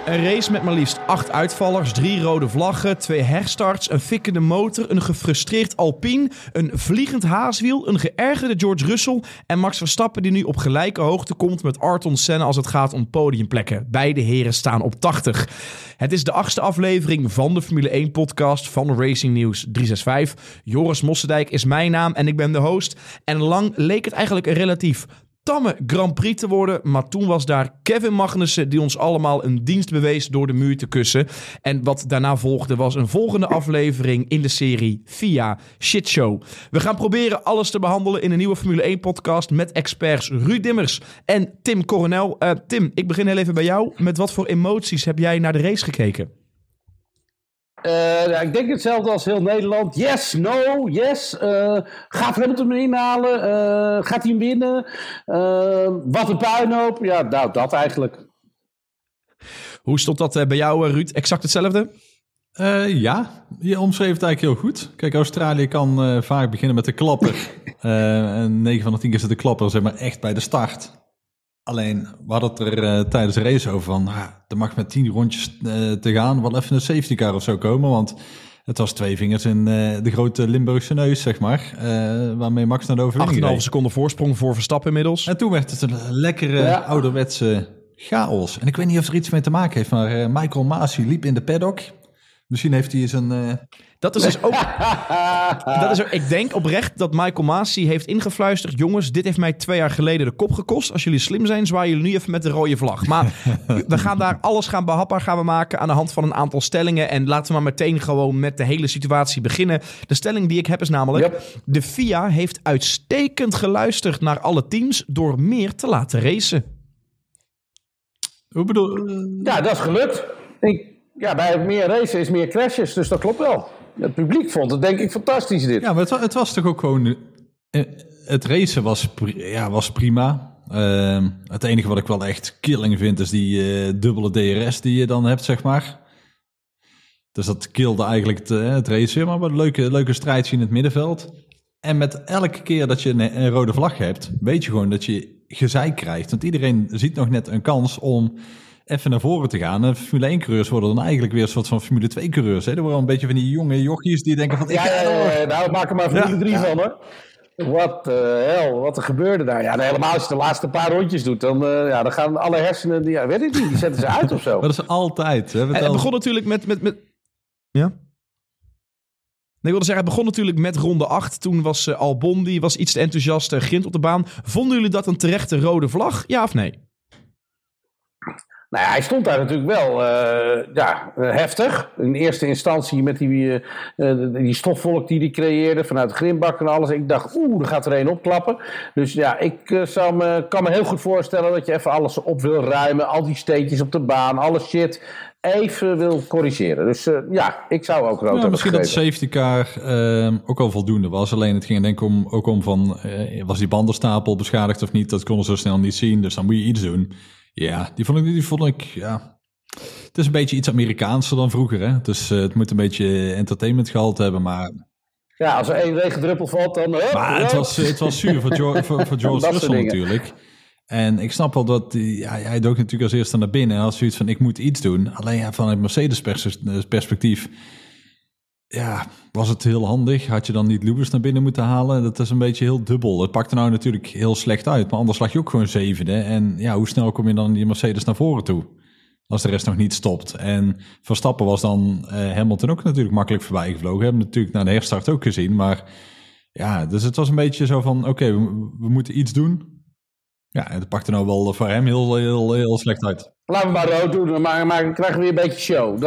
Een race met maar liefst 8 uitvallers, 3 rode vlaggen, 2 herstarts, een fikkende motor, een gefrustreerd Alpine, een vliegend haaswiel, een geërgerde George Russell en Max Verstappen die nu op gelijke hoogte komt met Ayrton Senna als het gaat om podiumplekken. Beide heren staan op 80. Het is de 8e aflevering van de Formule 1 podcast van Racing News 365. Joris Mossendijk is mijn naam en ik ben de host. En lang leek het eigenlijk een relatief tamme Grand Prix te worden, maar toen was daar Kevin Magnussen die ons allemaal een dienst bewees door de muur te kussen. En wat daarna volgde was een volgende aflevering in de serie FIA Shitshow. We gaan proberen alles te behandelen in een nieuwe Formule 1 podcast met experts Ruud Dimmers en Tim Coronel. Tim, ik begin heel even bij jou. Met wat voor emoties heb jij naar de race gekeken? Ik denk hetzelfde als heel Nederland. Yes, no, yes. Gaat Hamilton hem inhalen? Gaat hij hem winnen? Wat een puinhoop. Ja, nou, dat eigenlijk. Hoe stond dat bij jou, Ruud? Exact hetzelfde? Ja, je omschreef het eigenlijk heel goed. Kijk, Australië kan vaak beginnen met de klapper. En 9 van de 10 keer zit de klapper zeg maar echt bij de start. Alleen, we hadden het er tijdens de race over van, er mag met 10 rondjes te gaan wel even een safety car of zo komen, want het was 2 vingers in de grote Limburgse neus, zeg maar, waarmee Max naar de overwinning 8,5 seconden voorsprong voor Verstappen inmiddels. En toen werd het een lekkere ouderwetse chaos. En ik weet niet of er iets mee te maken heeft, maar Michael Masi liep in de paddock. Misschien heeft hij eens een... Dat is dus ook... ik denk oprecht dat Michael Masi heeft ingefluisterd. Jongens, dit heeft mij 2 jaar geleden de kop gekost. Als jullie slim zijn, zwaaien jullie nu even met de rode vlag. Maar we gaan daar alles behapbaar gaan we maken aan de hand van een aantal stellingen. En laten we maar meteen gewoon met de hele situatie beginnen. De stelling die ik heb is namelijk... De FIA heeft uitstekend geluisterd naar alle teams door meer te laten racen. Hoe bedoel je? Ja, dat is gelukt. Bij meer racen is meer crashes, dus dat klopt wel. Het publiek vond het denk ik fantastisch dit. Ja, maar het was toch ook gewoon... Het racen was prima. Het enige wat ik wel echt killing vind is die dubbele DRS die je dan hebt, zeg maar. Dus dat kilde eigenlijk het racen, maar een leuke strijd in het middenveld. En met elke keer dat je een rode vlag hebt, weet je gewoon dat je gezeik krijgt. Want iedereen ziet nog net een kans om even naar voren te gaan. En Formule 1-coureurs worden dan eigenlijk weer een soort van Formule 2-coureurs. Er worden een beetje van die jonge jochies die denken van... Nou, maak er maar Formule 3 van, hoor. Wat hel, wat er gebeurde daar. Ja, helemaal als je de laatste paar rondjes doet, dan gaan alle hersenen... weet ik niet, die zetten ze uit of zo. Maar dat is altijd. Het begon natuurlijk met... Ja? Nee, ik wilde zeggen, het begon natuurlijk met ronde 8. Toen was Albon, die was iets te enthousiast, grind op de baan. Vonden jullie dat een terechte rode vlag? Ja of nee? Nou ja, hij stond daar natuurlijk wel heftig. In eerste instantie met die stofwolk die hij creëerde vanuit de grimbak en alles. Ik dacht, er gaat er een opklappen. Dus ja, ik kan me heel goed voorstellen dat je even alles op wil ruimen. Al die steentjes op de baan, alle shit even wil corrigeren. Dus ik zou ook rood hebben misschien gegeven. Dat de safety car ook al voldoende was. Alleen het ging denk ik ook om van, was die bandenstapel beschadigd of niet? Dat konden ze zo snel niet zien, dus dan moet je iets doen. Ja, die vond ik, ja. Het is een beetje iets Amerikaanser dan vroeger, hè. Dus het moet een beetje entertainment gehalte hebben, maar... Ja, als er 1 regendruppel valt, dan... Maar het was zuur voor George Russell natuurlijk. En ik snap wel dat hij dook natuurlijk als eerste naar binnen. En had zoiets van, ik moet iets doen. Alleen vanuit Mercedes perspectief... Ja, was het heel handig. Had je dan niet Lewis naar binnen moeten halen? Dat is een beetje heel dubbel. Het pakte nou natuurlijk heel slecht uit. Maar anders lag je ook gewoon 7e. En ja, hoe snel kom je dan die Mercedes naar voren toe? Als de rest nog niet stopt. En Verstappen was dan Hamilton ook natuurlijk makkelijk voorbij gevlogen. We hebben natuurlijk naar de herstart ook gezien. Maar ja, dus het was een beetje zo van... Oké, we moeten iets doen. Ja, en het pakte nou wel voor hem heel slecht uit. Laten we maar rood doen, maar dan krijgen we weer een beetje show.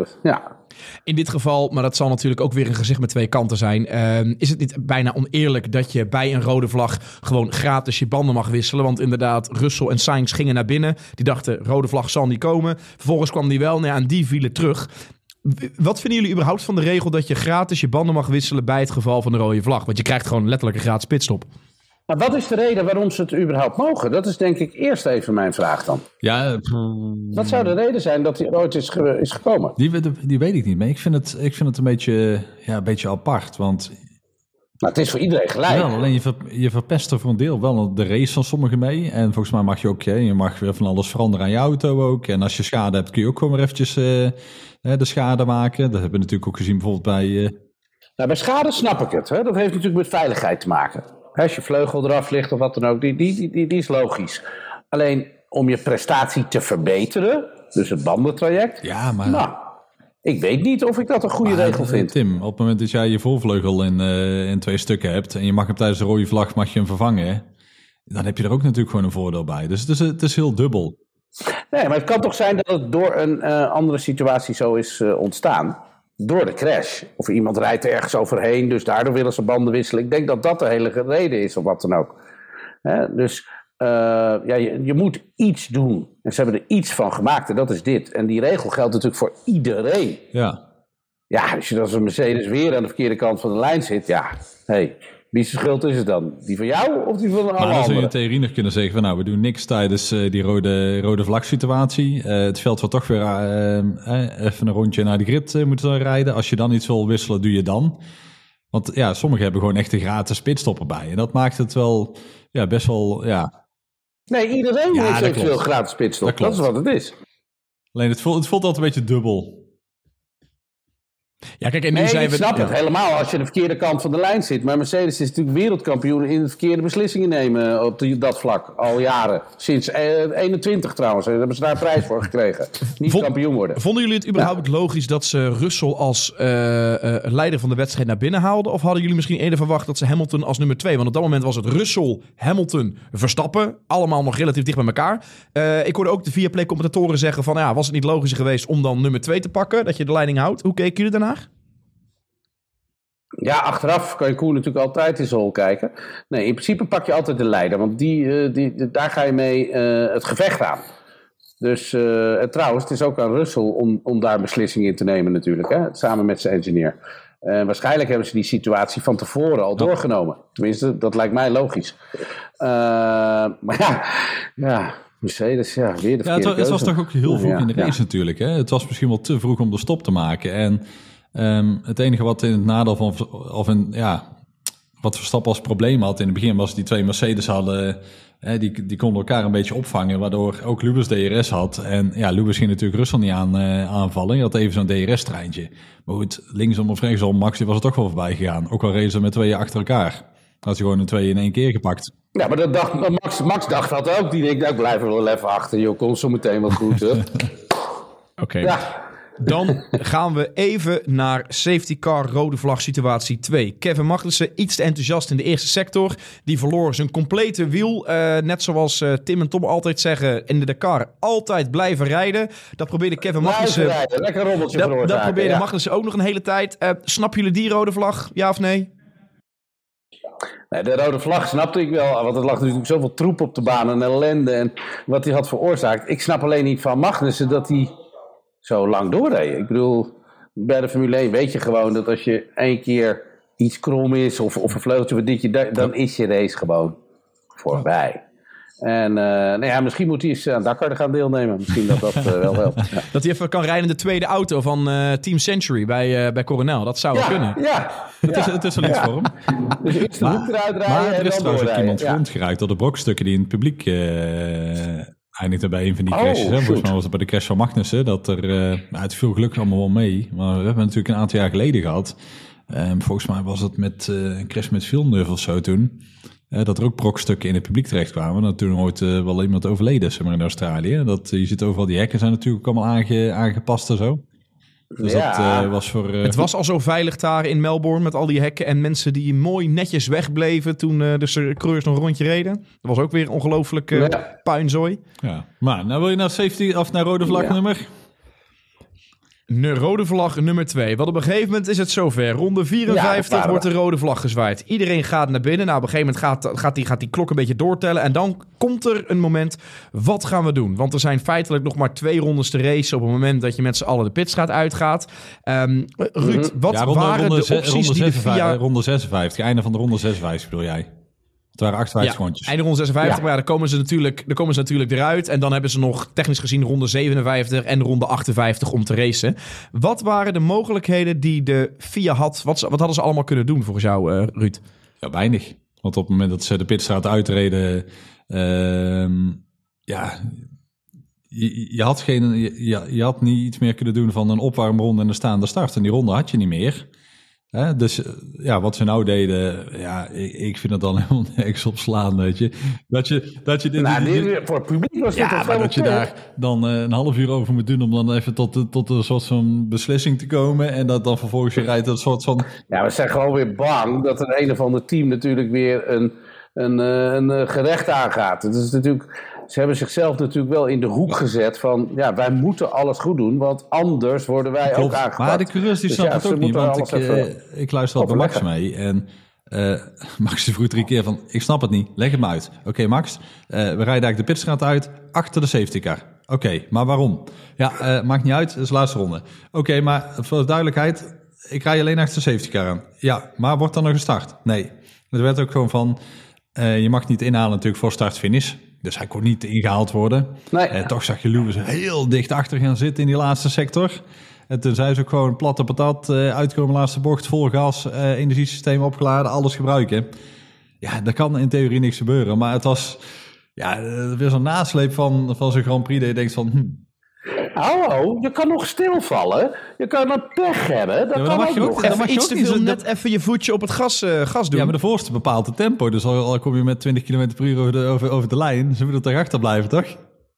In dit geval, maar dat zal natuurlijk ook weer een gezicht met 2 kanten zijn. Is het niet bijna oneerlijk dat je bij een rode vlag gewoon gratis je banden mag wisselen? Want inderdaad, Russell en Sainz gingen naar binnen. Die dachten, rode vlag zal niet komen. Vervolgens kwam die wel, en die vielen terug. Wat vinden jullie überhaupt van de regel dat je gratis je banden mag wisselen bij het geval van de rode vlag? Want je krijgt gewoon letterlijk een gratis pitstop. Maar wat is de reden waarom ze het überhaupt mogen? Dat is denk ik eerst even mijn vraag dan. Ja, wat zou de reden zijn dat hij ooit is gekomen? Die weet ik niet. Maar ik vind het een beetje apart. Want het is voor iedereen gelijk. Ja, alleen je verpest er voor een deel wel de race van sommigen mee. En volgens mij mag je ook, je mag weer van alles veranderen aan je auto ook. En als je schade hebt, kun je ook gewoon weer eventjes de schade maken. Dat hebben we natuurlijk ook gezien bijvoorbeeld bij... Bij schade snap ik het. Hè? Dat heeft natuurlijk met veiligheid te maken. Als je vleugel eraf ligt of wat dan ook, die is logisch. Alleen om je prestatie te verbeteren, dus het bandentraject. Ja, maar... Nou, ik weet niet of ik dat een goede regel vind. Tim, op het moment dat jij je voorvleugel in 2 stukken hebt en je mag hem tijdens de rode vlag mag je hem vervangen, dan heb je er ook natuurlijk gewoon een voordeel bij. Dus het is heel dubbel. Nee, maar het kan toch zijn dat het door een andere situatie zo is ontstaan. Door de crash. Of iemand rijdt er ergens overheen, dus daardoor willen ze banden wisselen. Ik denk dat dat de hele reden is, of wat dan ook. Dus je moet iets doen. En ze hebben er iets van gemaakt en dat is dit. En die regel geldt natuurlijk voor iedereen. Ja. Ja, als een Mercedes weer aan de verkeerde kant van de lijn zit, wie zijn schuld is het dan? Die van jou of die van alle anderen? Maar dan zou je in theorie nog kunnen zeggen van we doen niks tijdens die rode vlag situatie. Het veld wordt toch weer even een rondje naar de grid moeten rijden. Als je dan iets wil wisselen, doe je dan. Want sommigen hebben gewoon echt een gratis pitstop erbij. En dat maakt het wel best wel... Nee, iedereen heeft eventueel gratis pitstop. Dat is wat het is. Alleen het voelt altijd een beetje dubbel. Ja, kijk, en nu zijn ik snap het helemaal als je de verkeerde kant van de lijn zit. Maar Mercedes is natuurlijk wereldkampioen in de verkeerde beslissingen nemen op dat vlak. Al jaren. Sinds 21 trouwens. Daar hebben ze daar een prijs voor gekregen. Niet kampioen worden. Vonden jullie het überhaupt logisch dat ze Russell als leider van de wedstrijd naar binnen haalden? Of hadden jullie misschien eerder verwacht dat ze Hamilton als nummer 2? Want op dat moment was het Russell, Hamilton, Verstappen. Allemaal nog relatief dicht bij elkaar. Ik hoorde ook de Viaplay-commentatoren zeggen van... was het niet logischer geweest om dan nummer 2 te pakken? Dat je de leiding houdt. Hoe keken jullie daarna? Ja, achteraf kan je Koen natuurlijk altijd in zijn hol kijken. Nee, in principe pak je altijd de leider. Want daar ga je mee het gevecht aan. Dus en trouwens, het is ook aan Russell om daar beslissingen in te nemen natuurlijk. Hè? Samen met zijn engineer. Waarschijnlijk hebben ze die situatie van tevoren al doorgenomen. Tenminste, dat lijkt mij logisch. Maar Mercedes, weer de verkeerde keuze. Het was toch ook heel vroeg in de race natuurlijk. Hè? Het was misschien wel te vroeg om de stop te maken. En het enige wat in het nadeel van... wat Verstappen als probleem had in het begin... was die 2 Mercedes hadden... die konden elkaar een beetje opvangen... waardoor ook Lewis DRS had. En Lewis ging natuurlijk Russell niet aanvallen. Je had even zo'n DRS-treintje. Maar goed, linksom of rechtsom... Max die was er toch wel voorbij gegaan. Ook al racen met 2 achter elkaar. Had hij gewoon een 2 in 1 keer gepakt. Ja, maar dat dacht, Max dacht dat ook. Die denkt, ik blijf er wel even achter. Joh, komt zo meteen wat goed. Oké. Ja. Dan gaan we even naar safety car rode vlag situatie 2. Kevin Magnussen, iets te enthousiast in de eerste sector. Die verloor zijn complete wiel. Net zoals Tim en Tom altijd zeggen, in de Dakar altijd blijven rijden. Dat probeerde Kevin Magnussen... Lekker rommeltje veroorzaken. Dat probeerde Magnussen ook nog een hele tijd. Snappen jullie die rode vlag? Ja of nee? Nee, de rode vlag snapte ik wel, want er lag natuurlijk zoveel troep op de baan en ellende en wat hij had veroorzaakt. Ik snap alleen niet van Magnussen dat hij zo lang doorreed. Ik bedoel, bij de Formule 1 weet je gewoon dat als je 1 keer iets krom is of een vleugeltje of ditje, dan is je race gewoon voorbij. En misschien moet hij eens aan Dakar gaan deelnemen. Misschien dat wel helpt. Ja. Dat hij even kan rijden in de tweede auto van Team Century bij Coronel. Dat zou wel kunnen. Ja. Het is wel iets voor hem. Dus eerst de hoek eruit rijden maar er is trouwens ook iemand gewond geraakt door de brokstukken die in het publiek eindigde bij een van die crashes. Volgens mij was het bij de crash van Magnussen. Dat het viel gelukkig allemaal wel mee. Maar we hebben natuurlijk een aantal jaar geleden gehad. Volgens mij was het met een crash met Villeneuve of zo toen. Dat er ook brokstukken in het publiek terecht kwamen. Dat toen ooit wel iemand overleden zeg maar, in Australië. Je ziet overal, die hekken zijn natuurlijk ook allemaal aangepast en zo. Dus dat was voor... Het was al zo veilig daar in Melbourne met al die hekken en mensen die mooi netjes wegbleven toen de coureurs nog een rondje reden. Dat was ook weer ongelooflijk puinzooi. Ja. Maar nou wil je naar safety of naar rode vlag nummer? Rode vlag nummer 2. Want op een gegeven moment is het zover. Ronde 54 wordt de rode vlag gezwaaid. Iedereen gaat naar binnen. Nou, op een gegeven moment gaat die klok een beetje doortellen. En dan komt er een moment. Wat gaan we doen? Want er zijn feitelijk nog maar 2 rondes te racen op het moment dat je met z'n allen de pitstraat uitgaat. Ruud, wat waren de opties die de VIA... Ronde 56, einde van de ronde 56 bedoel jij? Het waren 58 rondjes. Einde ronde 56, maar dan komen ze natuurlijk eruit. En dan hebben ze nog technisch gezien ronde 57 en ronde 58 om te racen. Wat waren de mogelijkheden die de FIA had? Wat hadden ze allemaal kunnen doen volgens jou, Ruud? Ja, weinig. Want op het moment dat ze de pitstraat uitreden... Je had niet iets meer kunnen doen van een opwarmronde en een staande start. En die ronde had je niet meer. Dus wat ze nou deden, ik vind het dan helemaal niks op slaan, weet je. Dat je dit... voor het publiek was dit toch maar dat je daar dan een half uur over moet doen om dan even tot een soort van beslissing te komen. En dat dan vervolgens je rijdt een soort van... Ja, we zijn gewoon weer bang dat er een of ander team natuurlijk weer een gerecht aangaat. Het is natuurlijk... Ze hebben zichzelf natuurlijk wel in de hoek gezet van... Ja, wij moeten alles goed doen, want anders worden wij ook aangepakt. Maar de coureurs die snappen het ook niet, want ik luister al bij Max mee. En Max vroeg 3 keer van, ik snap het niet, leg het me uit. Oké, Max, we rijden eigenlijk de pitstraat uit achter de safety car. Oké, maar waarom? Ja, maakt niet uit, dat is de laatste ronde. Oké, maar voor de duidelijkheid, ik rij alleen achter de safety car aan. Ja, maar wordt dan nog gestart? Nee. Er werd ook gewoon van, je mag niet inhalen natuurlijk voor start-finish... Dus hij kon niet ingehaald worden. Nee. Toch zag je Lewis heel dicht achter gaan zitten in die laatste sector. En toen zei ze ook gewoon platte patat, uitkomen laatste bocht, vol gas, energiesysteem opgeladen, alles gebruiken. Ja, daar kan in theorie niks gebeuren. Maar het was weer zo'n nasleep van zo'n Grand Prix dat je denkt van... Hallo, je kan nog stilvallen. Je kan een pech hebben. Dat kan mag je ook. Even iets te veel, net even je voetje op het gas doen. Ja, maar de voorste bepaalt het tempo. Dus al kom je met 20 km per uur over de lijn, ze moeten er achter blijven, toch?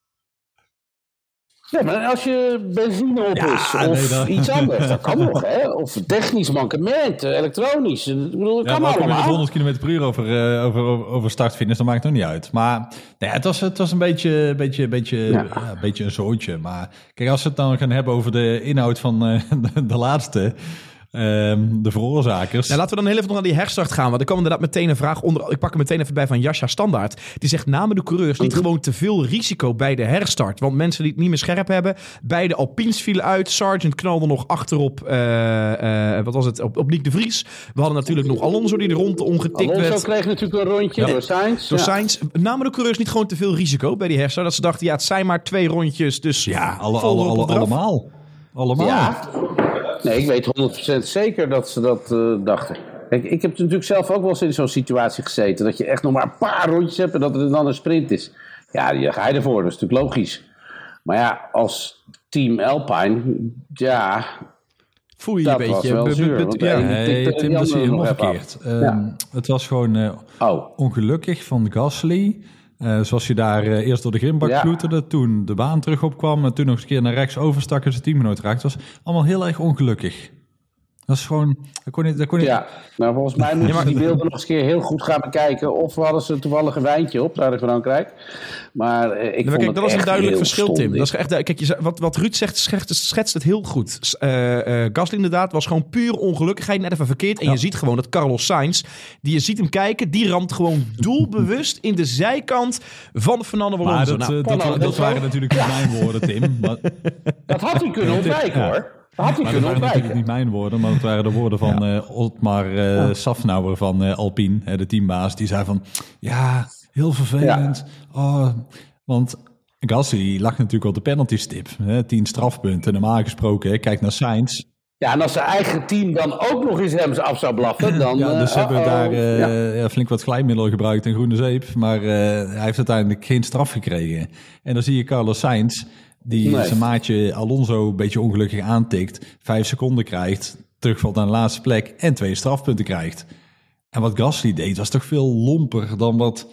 Ja, maar als je benzine op is of iets anders, dat kan nog, hè? Of technisch mankement, elektronisch. Ik bedoel, dat kan allemaal. Als je met 100 km per uur over start-finish, dan maakt het nog niet uit. Maar het was een beetje een zootje. Maar kijk, als we het dan gaan hebben over de inhoud van de laatste... de veroorzakers. Nou, laten we dan heel even nog naar die herstart gaan. Want er kwam inderdaad meteen een vraag onder. Ik pak hem meteen even bij van Jascha Standaard. Die zegt, namen de coureurs niet gewoon te veel risico bij de herstart? Want mensen die het niet meer scherp hebben. Beide Alpines vielen uit. Sargent knalde nog achterop. Wat was het? Op Nick de Vries. We hadden natuurlijk nog Alonso die de ronde omgetikt werd. Alonso kreeg natuurlijk een rondje door Sainz. Sainz. Namen de coureurs niet gewoon te veel risico bij die herstart? Dat ze dachten, het zijn maar 2 rondjes. Dus allemaal. Ja. Nee, ik weet 100% zeker dat ze dat dachten. Kijk, ik heb natuurlijk zelf ook wel eens in zo'n situatie gezeten. Dat je echt nog maar een paar rondjes hebt en dat er dan een sprint is. Ja, daar ga je ervoor. Dat is natuurlijk logisch. Maar ja, als team Alpine, voel je een beetje. Tim, dat zie je helemaal verkeerd. Het was gewoon ongelukkig van Gasly. Zoals je daar eerst door de grimbak ploeterde, toen de baan terug opkwam en toen nog eens een keer naar rechts overstak en zijn teamgenoot raakte. Dat was allemaal heel erg ongelukkig. Dat is gewoon... Dat kon niet. Ja, maar volgens mij moeten ze die beelden nog eens een keer heel goed gaan bekijken. Of hadden ze toevallig een wijntje op daar in Frankrijk. Maar dat was een duidelijk verschil, Tim. Dat is echt, kijk, wat Ruud zegt, schetst het heel goed. Gasly inderdaad was gewoon puur ongelukkigheid, net even verkeerd. En je ziet gewoon dat Carlos Sainz, je ziet hem kijken, die ramt gewoon doelbewust in de zijkant van Fernando Alonso. Dat waren natuurlijk niet mijn woorden, Tim. Maar... Dat had hij kunnen ontwijken, hoor. Dat waren natuurlijk niet mijn woorden, maar het waren de woorden van Otmar Safnauer van Alpine, de teambaas. Die zei van, heel vervelend. Want Gasly lag natuurlijk op de penalty-stip. 10 strafpunten, normaal gesproken. Kijk naar Sainz. Ja, en als zijn eigen team dan ook nog eens hem af zou blaffen, dan... dus ze hebben daar flink wat glijmiddel gebruikt en groene zeep. Maar hij heeft uiteindelijk geen straf gekregen. En dan zie je Carlos Sainz, die zijn maatje Alonso een beetje ongelukkig aantikt, 5 seconden krijgt, terugvalt naar de laatste plek en 2 strafpunten krijgt. En wat Gasly deed was toch veel lomper dan wat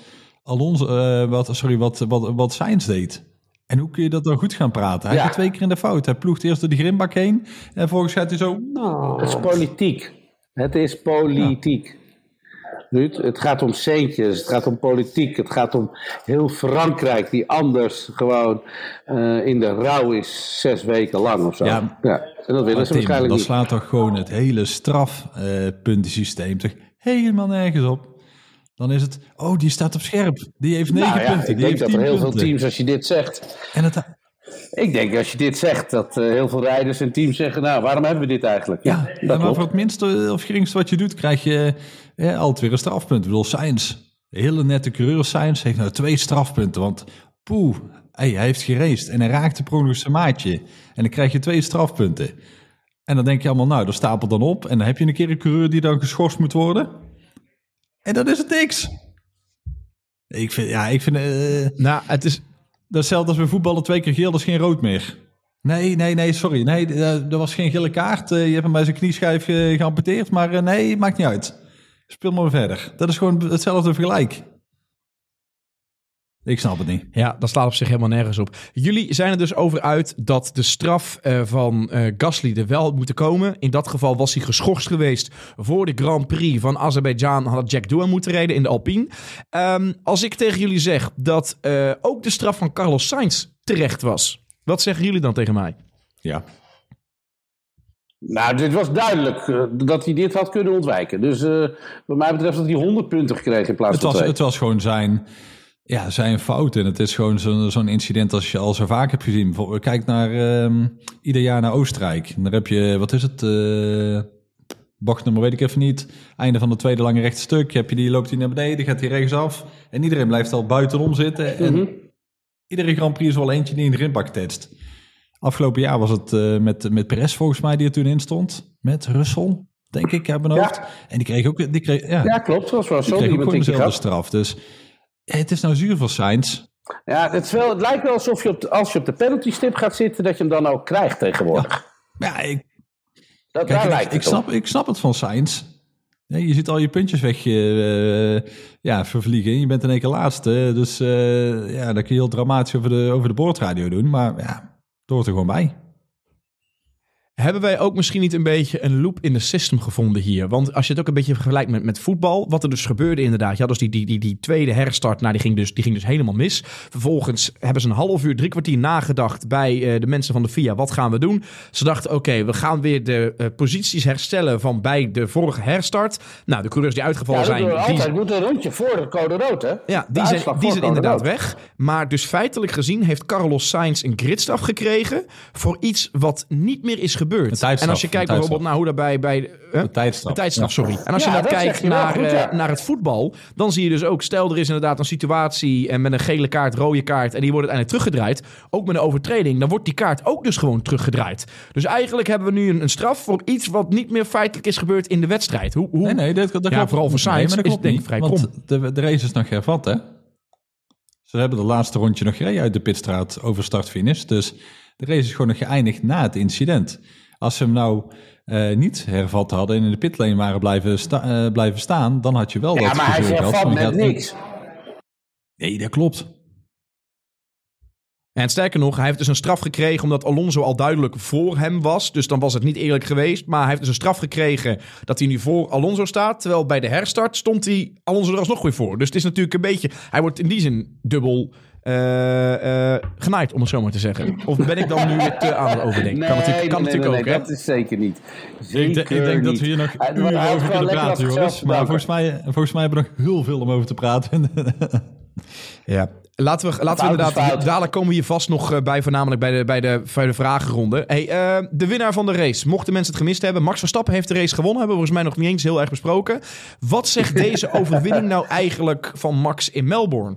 wat Sainz deed. En hoe kun je dat dan goed gaan praten? Hij gaat 2 keer in de fout. Hij ploegt eerst door die grimbak heen en vervolgens gaat hij zo... Het is politiek. Het is politiek. Ruud, het gaat om centjes, het gaat om politiek, het gaat om heel Frankrijk die anders gewoon in de rouw is 6 weken lang of zo. Ja, en dat willen ze waarschijnlijk niet. Dan slaat toch gewoon het hele strafpuntensysteem toch helemaal nergens op. Dan is het, die staat op scherp, die heeft 9 punten, die heeft 10 punten. Ik denk dat er heel veel teams, als je dit zegt... Ik denk als je dit zegt, dat heel veel rijders en teams zeggen, waarom hebben we dit eigenlijk? Maar voor het minste of geringste wat je doet, krijg je altijd weer een strafpunt. Ik bedoel, Sainz, hele nette coureur Sainz heeft nou 2 strafpunten. Want hij heeft geraced en hij raakte per ongeluk zijn maatje. En dan krijg je 2 strafpunten. En dan denk je allemaal, nou, dat stapelt dan op. En dan heb je een keer een coureur die dan geschorst moet worden. En dan is het niks. Ik vind... Nou, het is... Dat is hetzelfde als bij voetballen 2 keer geel, dat is geen rood meer. Nee, sorry. Nee, dat was geen gele kaart. Je hebt hem bij zijn knieschijf geamputeerd. Maar nee, maakt niet uit. Speel maar verder. Dat is gewoon hetzelfde vergelijk. Ik snap het niet. Ja, dat slaat op zich helemaal nergens op. Jullie zijn er dus over uit dat de straf van Gasly er wel had moeten komen. In dat geval was hij geschorst geweest voor de Grand Prix van Azerbeidzjan. Had Jack Doohan moeten rijden in de Alpine. Als ik tegen jullie zeg dat ook de straf van Carlos Sainz terecht was. Wat zeggen jullie dan tegen mij? Ja. Nou, dit was duidelijk dat hij dit had kunnen ontwijken. Dus wat mij betreft had hij 100 punten gekregen in plaats van 2. Het was gewoon zijn fout. En het is gewoon zo'n incident als je al zo vaak hebt gezien. Bijvoorbeeld, kijk naar ieder jaar naar Oostenrijk. En daar heb je, wat is het? Bochtnummer weet ik even niet. Einde van de tweede lange rechte stuk. Loopt hij naar beneden, gaat hij rechtsaf. En iedereen blijft al buitenom zitten. En iedere Grand Prix is wel eentje die in de grindbak tetst. Afgelopen jaar was het met Perez volgens mij die er toen in stond. Met Russell, denk ik, uit mijn hoofd. Ja. En die kreeg ook... Ja, klopt. Dat was wel zo. Die kreeg ook gewoon dezelfde straf. Dus het is nou zuur voor Sainz. Ja, het lijkt wel alsof je als je op de penalty stip gaat zitten, dat je hem dan ook krijgt tegenwoordig. Ja, ik snap het van Sainz. Nee, je ziet al je puntjes vervliegen. Je bent in één keer laatste. Dus dan kun je heel dramatisch over de boordradio doen. Maar ja, het hoort er gewoon bij. Hebben wij ook misschien niet een beetje een loop in de system gevonden hier? Want als je het ook een beetje vergelijkt met voetbal, wat er dus gebeurde inderdaad. Ja, dus die tweede herstart, nou, die ging dus helemaal mis. Vervolgens hebben ze een half uur, 3 kwartier nagedacht bij de mensen van de FIA. Wat gaan we doen? Ze dachten, oké, we gaan weer de posities herstellen van bij de vorige herstart. Nou, de coureurs die uitgevallen zijn... Je moet een rondje voor de code rood, hè? Ja, die zijn inderdaad weg. Maar dus feitelijk gezien heeft Carlos Sainz een gridstraf gekregen voor iets wat niet meer is gebeurd. En als je kijkt bijvoorbeeld naar hoe daarbij bij de tijdstraf, sorry. En als je dan kijkt naar het voetbal, dan zie je dus ook, stel er is inderdaad een situatie en met een gele kaart, rode kaart en die wordt uiteindelijk teruggedraaid, ook met een overtreding, dan wordt die kaart ook dus gewoon teruggedraaid. Dus eigenlijk hebben we nu een straf voor iets wat niet meer feitelijk is gebeurd in de wedstrijd. Nee, dat klopt. Vooral voor Sainz is het denk ik vrij krom. Want de race is nog hervat, hè? Ze hebben de laatste rondje nog gereden uit de pitstraat over start-finish, dus de race is gewoon nog geëindigd na het incident. Als ze hem nou niet hervat hadden en in de pitlane waren blijven staan, dan had je wel dat gevoel gehad. Ja, maar hij hervat met niks. Nee, dat klopt. En sterker nog, hij heeft dus een straf gekregen omdat Alonso al duidelijk voor hem was. Dus dan was het niet eerlijk geweest. Maar hij heeft dus een straf gekregen dat hij nu voor Alonso staat. Terwijl bij de herstart stond hij Alonso er alsnog weer voor. Dus het is natuurlijk een beetje... Hij wordt in die zin dubbel genaaid, om het zo maar te zeggen. Of ben ik dan nu te aan het overdenken? Kan natuurlijk ook, hè? Dat is zeker niet. Ik denk dat we hier nog uren over kunnen praten, jongens. Maar volgens mij hebben we nog heel veel om over te praten. Ja. Laten we inderdaad... Dadelijk komen we hier vast nog bij, voornamelijk bij de vragenronde. De winnaar van de race. Mochten mensen het gemist hebben, Max Verstappen heeft de race gewonnen. Hebben we volgens mij nog niet eens heel erg besproken. Wat zegt deze overwinning nou eigenlijk van Max in Melbourne?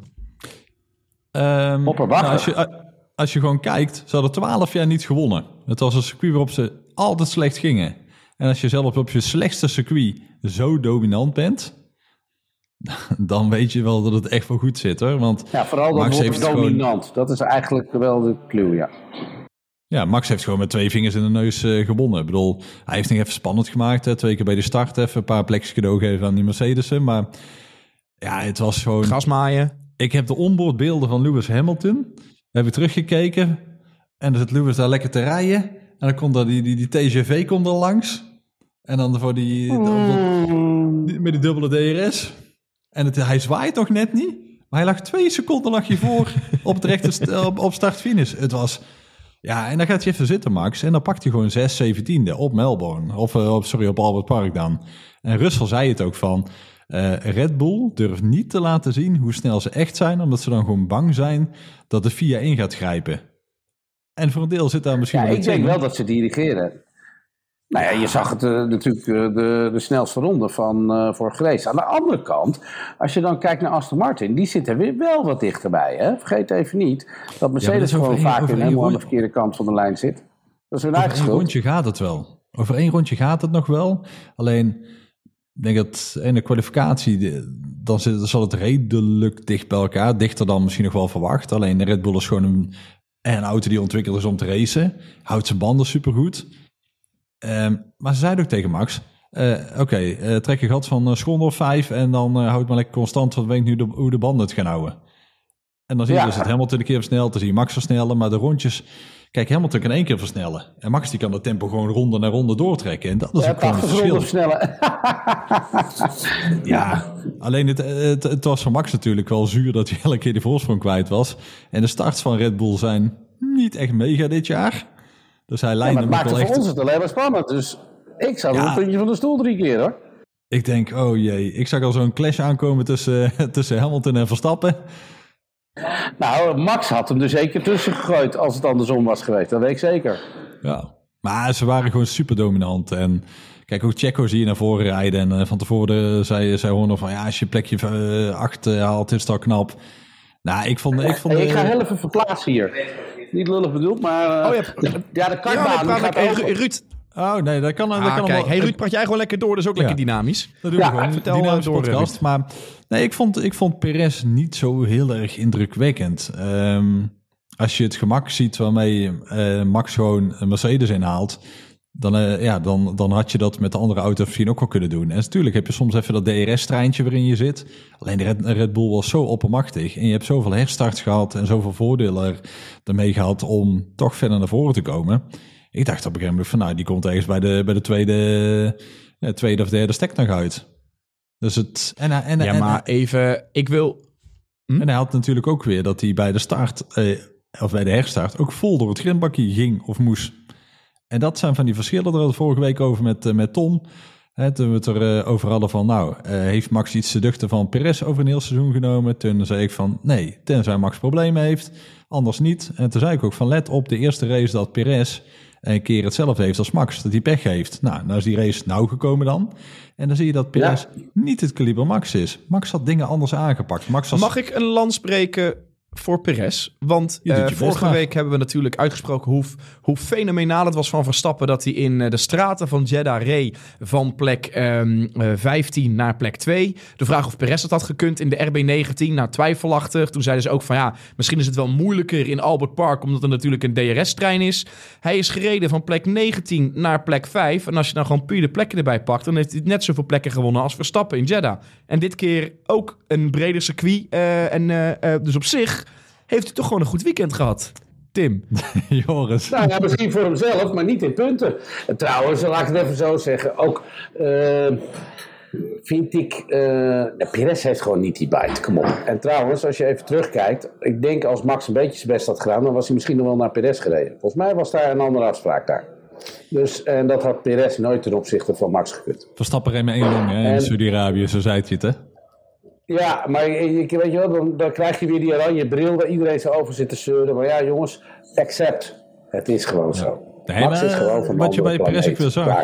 Als je gewoon kijkt, ze hadden 12 jaar niet gewonnen. Het was een circuit waarop ze altijd slecht gingen. En als je zelf op je slechtste circuit zo dominant bent, dan weet je wel dat het echt wel goed zit, hoor. Want ja, vooral dat Max heeft dominant. Dat is eigenlijk wel de clue, ja. Ja, Max heeft gewoon met 2 vingers in de neus gewonnen. Ik bedoel, hij heeft nog even spannend gemaakt. 2 keer bij de start even een paar plekjes cadeau geven aan die Mercedes'en. Maar ja, het was gewoon... Gasmaaien. Ik heb de onboardbeelden van Lewis Hamilton. Heb ik teruggekeken. En dan zit Lewis daar lekker te rijden. En dan komt er die TGV komt er langs. En dan voor met die dubbele DRS. En hij zwaait toch net niet. Maar hij lag 2 seconden voor op het rechte op start-finish. Het was... Ja, en dan gaat hij even zitten, Max. En dan pakt hij gewoon 6/17 op Melbourne. Of op Albert Park dan. En Russell zei het ook van... Red Bull durft niet te laten zien hoe snel ze echt zijn, omdat ze dan gewoon bang zijn dat de FIA in gaat grijpen. En voor een deel zit daar misschien wel ik denk wel dat ze dirigeren. Nou ja, je zag het natuurlijk de snelste ronde van vorige race. Aan de andere kant, als je dan kijkt naar Aston Martin, die zit er weer wel wat dichterbij. Hè? Vergeet even niet dat Mercedes gewoon vaak helemaal aan de verkeerde kant van de lijn zit. Dat is hun eigen schuld. Over 1 rondje gaat het wel. Over 1 rondje gaat het nog wel. Alleen, ik denk dat in de kwalificatie, dan zal het redelijk dicht bij elkaar. Dichter dan misschien nog wel verwacht. Alleen de Red Bull is gewoon een auto die ontwikkeld is om te racen. Houdt zijn banden supergoed. Maar ze zeiden ook tegen Max, trek je gat van seconde of 5 en dan houd maar lekker constant, want weet nu hoe de banden het gaan houden. En dan zie je dus het Hamilton een keer versneld, dan zie je Max versnellen, maar de rondjes, kijk, Hamilton kan 1 keer versnellen. En Max die kan het tempo gewoon ronde naar ronde doortrekken. En dat is ook gewoon het verschil. Versnellen. Ja, alleen het was voor Max natuurlijk wel zuur dat hij elke keer de voorsprong kwijt was. En de starts van Red Bull zijn niet echt mega dit jaar. Dus hij lijnt het maakte voor ons het alleen maar spannend. Dus ik zat op het puntje van de stoel 3 keer, hoor. Ik denk, oh jee, ik zag al zo'n clash aankomen tussen Hamilton en Verstappen. Nou, Max had hem er zeker tussen gegooid als het andersom was geweest. Dat weet ik zeker. Ja, maar ze waren gewoon super dominant. En kijk, ook Checo zie je naar voren rijden. En van tevoren zei Horner van, ja, als je plekje 8 haalt, is het al knap. Nou, ik vond ik ga heel even verplaatsen hier. Niet lullig bedoeld, maar... de kartbaan... Ruud. Oh, nee, dat kan kijk, hey Ruud, praat jij gewoon lekker door. Dat is ook lekker dynamisch. Dat doen we gewoon. Vertel dynamisch door, podcast. Ruud. Maar nee, ik vond Perez niet zo heel erg indrukwekkend. Als je het gemak ziet waarmee Max gewoon een Mercedes inhaalt... Dan had je dat met de andere auto misschien ook wel kunnen doen. En natuurlijk heb je soms even dat DRS-treintje waarin je zit. Alleen de Red Bull was zo oppermachtig. En je hebt zoveel herstarts gehad en zoveel voordelen ermee gehad om toch verder naar voren te komen. Ik dacht op een gegeven moment van, nou, die komt ergens bij de tweede of derde stek nog uit. Dus het... ik wil... En hij had natuurlijk ook weer dat hij bij de start, of bij de herstart, ook vol door het grindbakje ging of moest. En dat zijn van die verschillen. Daar hadden we vorige week over met Tom. Toen we het erover hadden van, heeft Max iets te duchten van Perez over een heel seizoen genomen? Toen zei ik van, nee, tenzij Max problemen heeft, anders niet. En toen zei ik ook van, let op de eerste race dat Perez een keer hetzelfde heeft als Max, dat hij pech heeft. Nou is die race nauw gekomen dan. En dan zie je dat Perez niet het kaliber Max is. Max had dingen anders aangepakt. Mag ik een lans spreken voor Perez? Want vorige week hebben we natuurlijk uitgesproken hoe fenomenaal het was van Verstappen dat hij in de straten van Jeddah reed van plek 15 naar plek 2. De vraag of Perez dat had gekund in de RB19, twijfelachtig. Toen zeiden ze ook van misschien is het wel moeilijker in Albert Park, omdat er natuurlijk een DRS-trein is. Hij is gereden van plek 19 naar plek 5. En als je dan gewoon puur de plekken erbij pakt, dan heeft hij net zoveel plekken gewonnen als Verstappen in Jeddah. En dit keer ook een breder circuit. Dus op zich heeft u toch gewoon een goed weekend gehad, Tim? Joris. Nou ja, misschien voor hemzelf, maar niet in punten. En trouwens, laat ik het even zo zeggen. Ook vind ik... Perez heeft gewoon niet die bite, kom op. En trouwens, als je even terugkijkt... Ik denk als Max een beetje zijn best had gedaan... dan was hij misschien nog wel naar Perez gereden. Volgens mij was daar een andere afspraak daar. Dus, en dat had Perez nooit ten opzichte van Max gekund. Verstappen reed met 1 long in Saudi-Arabië, zo zei het, hè? Ja, maar weet je wel, dan krijg je weer die oranje bril waar iedereen zo over zit te zeuren. Maar ja, jongens, accept. Het is gewoon zo. Nee, Max is gewoon van wat je bij Perez ook weer zag.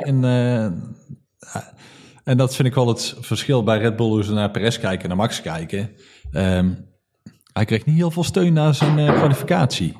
En dat vind ik wel het verschil bij Red Bull, hoe ze naar Perez kijken en naar Max kijken. Hij kreeg niet heel veel steun na zijn kwalificatie.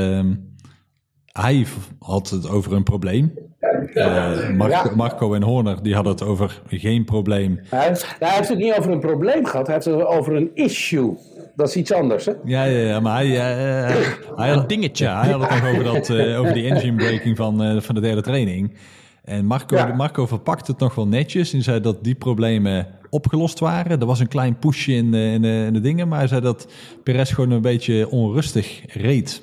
Hij had het over een probleem. Marco en Horner die hadden het over geen probleem. Hij heeft het niet over een probleem gehad, hij heeft het over een issue. Dat is iets anders, hè? Ja, maar hij had een dingetje. Ja, hij had het nog over die engine braking van de derde training. En Marco verpakte het nog wel netjes en zei dat die problemen opgelost waren. Er was een klein pushje in de dingen, maar hij zei dat Perez gewoon een beetje onrustig reed.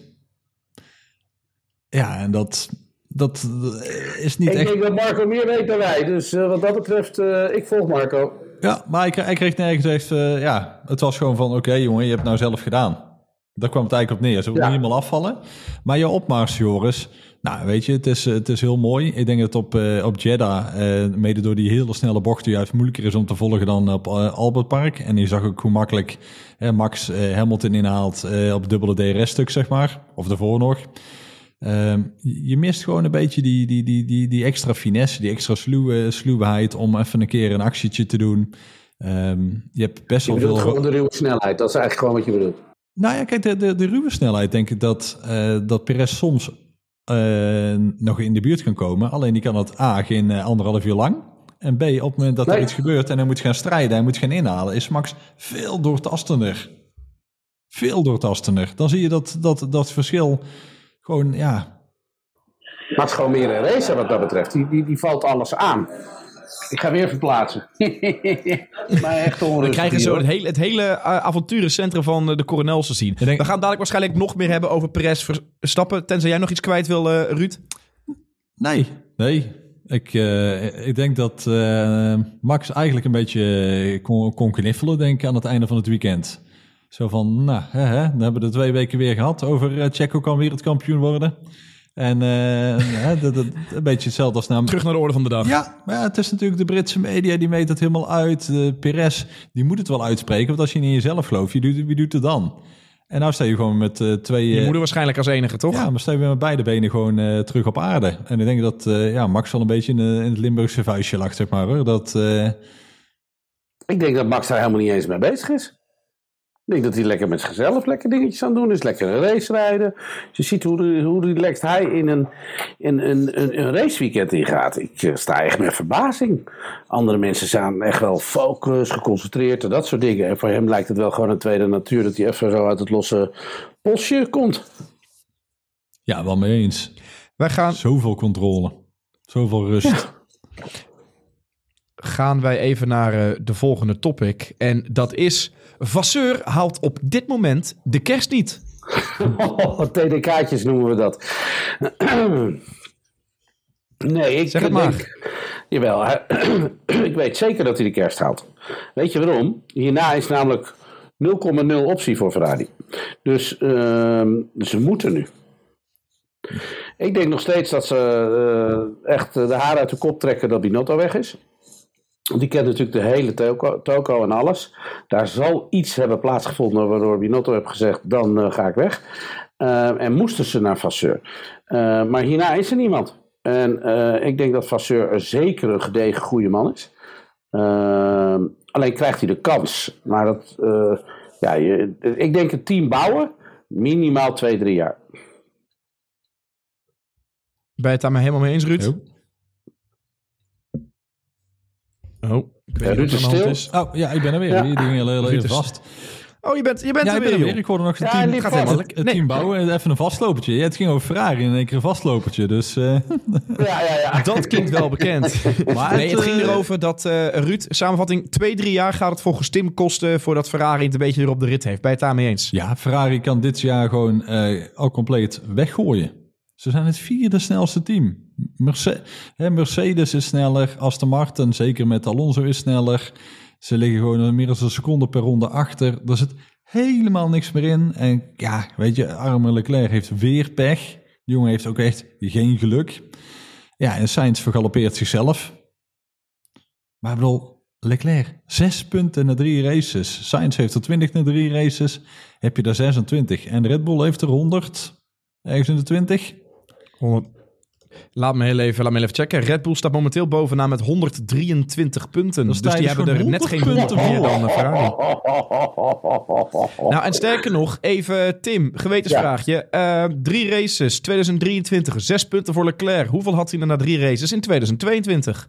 Ja, en dat is niet echt... Ik denk dat Marco meer weet dan wij. Dus wat dat betreft, ik volg Marco. Ja, maar hij kreeg nergens echt... het was gewoon van, oké, jongen, je hebt het nou zelf gedaan. Daar kwam het eigenlijk op neer. Ze wilden niet helemaal afvallen. Maar je opmars, Joris... Nou, weet je, het is heel mooi. Ik denk dat op Jeddah, mede door die hele snelle bochten, juist moeilijker is om te volgen dan op Albert Park. En je zag ook hoe makkelijk Max Hamilton inhaalt op het dubbele DRS-stuk, zeg maar. Of daarvoor nog. Je mist gewoon een beetje die extra finesse, die extra sluwheid om even een keer een actietje te doen. Je hebt best wel veel... gewoon de ruwe snelheid, dat is eigenlijk gewoon wat je bedoelt. Nou ja, kijk, de ruwe snelheid denk ik dat Perez soms nog in de buurt kan komen. Alleen die kan dat A, geen 1,5 uur lang. En B, op het moment dat er iets gebeurt en hij moet gaan strijden, hij moet gaan inhalen, is Max veel doortastender. Veel doortastender. Dan zie je dat verschil gewoon, ja... Max is gewoon meer een racer wat dat betreft. Die valt alles aan. Ik ga weer verplaatsen. Maar echt onrustig. We krijgen zo het hele avonturencentrum van de Coronels te zien. We gaan dadelijk waarschijnlijk nog meer hebben over Perez Verstappen. Tenzij jij nog iets kwijt wil, Ruud? Nee. Ik denk dat Max eigenlijk een beetje kon kniffelen, denk ik, aan het einde van het weekend. Zo van, dan hebben we de 2 weken weer gehad over Checo kan wereldkampioen worden. En een beetje hetzelfde als terug naar de orde van de dag. Ja, maar het is natuurlijk de Britse media, die meet het helemaal uit. Perez, die moet het wel uitspreken, want als je niet in jezelf gelooft, wie doet het dan? En nou sta je gewoon met 2... Je moeder waarschijnlijk als enige, toch? Ja, maar sta je weer met beide benen gewoon terug op aarde. En ik denk dat Max wel een beetje in het Limburgse vuistje lag, zeg maar. Hoor. Ik denk dat Max daar helemaal niet eens mee bezig is. Ik denk dat hij lekker met zichzelf lekker dingetjes aan het doen is. Lekker een race rijden. Je ziet hoe relaxed hij in een raceweekend ingaat. Ik sta echt met verbazing. Andere mensen zijn echt wel focus, geconcentreerd en dat soort dingen. En voor hem lijkt het wel gewoon een tweede natuur dat hij even zo uit het losse bosje komt. Ja, wel mee eens. Wij gaan... Zoveel controle. Zoveel rust. Ja. Gaan wij even naar de volgende topic. En dat is... Vasseur haalt op dit moment de kerst niet. TDK'tjes noemen we dat. Nee, ik zeg het maar. Jawel, ik weet zeker dat hij de kerst haalt. Weet je waarom? Hierna is namelijk 0,0 optie voor Ferrari. Dus ze moeten nu. Ik denk nog steeds dat ze echt de haar uit de kop trekken dat Binotto weg is. Die kent natuurlijk de hele toko en alles. Daar zal iets hebben plaatsgevonden waardoor Binotto heeft gezegd, dan ga ik weg. En moesten ze naar Vasseur. Maar hierna is er niemand. En ik denk dat Vasseur zeker een gedegen goede man is. Alleen krijgt hij de kans. Maar dat, ik denk een team bouwen, minimaal 2-3 jaar. Ben je het daar maar helemaal mee eens, Ruud? Ik weet niet of het stil. Oh ja, ik ben er weer. Die dingen heel even vast. Oh, je bent er weer. Ik hoorde nog het team bouwen en even een vastlopertje. Ja, het ging over Ferrari en in één keer een vastlopertje. Dus, Ja. Dat klinkt wel bekend. Maar het ging erover dat Ruud, samenvatting, 2-3 jaar gaat het volgens Tim kosten voordat Ferrari het een beetje weer op de rit heeft. Ben je het daarmee eens? Ja, Ferrari kan dit jaar gewoon al compleet weggooien. Ze zijn het 4e snelste team. Mercedes is sneller, Aston Martin, zeker met Alonso, is sneller. Ze liggen gewoon meer dan een seconde per ronde achter. Er zit helemaal niks meer in. En ja, weet je, arme Leclerc heeft weer pech. De jongen heeft ook echt geen geluk. Ja, en Sainz vergalopeert zichzelf. Maar ik bedoel, Leclerc, 6 punten na 3 races. Sainz heeft er 20 na 3 races. Heb je daar 26. En Red Bull heeft er 100, ergens in de 20. 100. Laat me heel even checken. Red Bull staat momenteel bovenaan met 123 punten. Dus die hebben er net geen punten meer dan Ferrari. Nou, en sterker nog, even Tim, gewetensvraagje. 3 races, 2023, 6 punten voor Leclerc. Hoeveel had hij er na 3 races in 2022?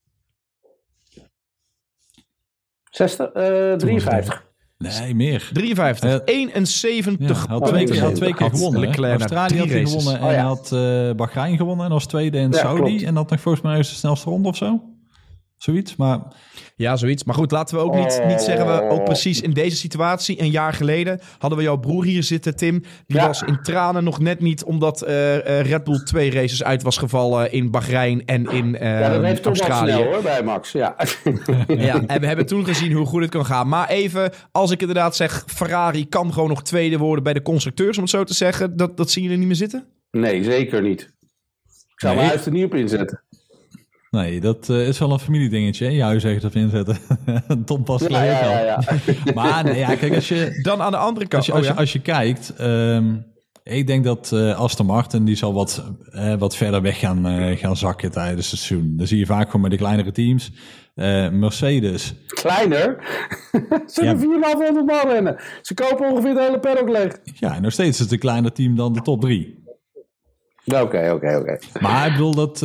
53. Nee, meer. 53. 71 had twee keer gewonnen. Leclerc Australië had hij gewonnen en had Bahrein gewonnen en als tweede in Saudi. Klopt. En dat nog volgens mij de snelste ronde of zo. Zoiets, maar... Ja, zoiets. Maar goed, laten we ook niet zeggen... we ook precies in deze situatie, een jaar geleden... hadden we jouw broer hier zitten, Tim. Die was in tranen nog net niet... omdat Red Bull 2 races uit was gevallen in Bahrein en in dat heeft Australië. Toch wel snel hoor, bij Max. Ja. En we hebben toen gezien hoe goed het kan gaan. Maar even, als ik inderdaad zeg... Ferrari kan gewoon nog tweede worden bij de constructeurs... om het zo te zeggen, dat zien jullie niet meer zitten? Nee, zeker niet. Ik zou mijn huis er niet op inzetten. Nee, dat is wel een familiedingetje, hè? Je huis ergens op inzetten. Tom pas gelijk al. Ja. Maar nee, kijk, als je... Dan aan de andere kant... Als je kijkt... Ik denk dat Aston Martin die zal wat verder weg gaan zakken tijdens het seizoen. Dan zie je vaak gewoon met de kleinere teams. Mercedes. Kleiner? Ze hebben 4,500 man rennen. Ze kopen ongeveer de hele paddock leeg. Ja, en nog steeds is het een kleiner team dan de top 3. Oké. Maar ik bedoel dat...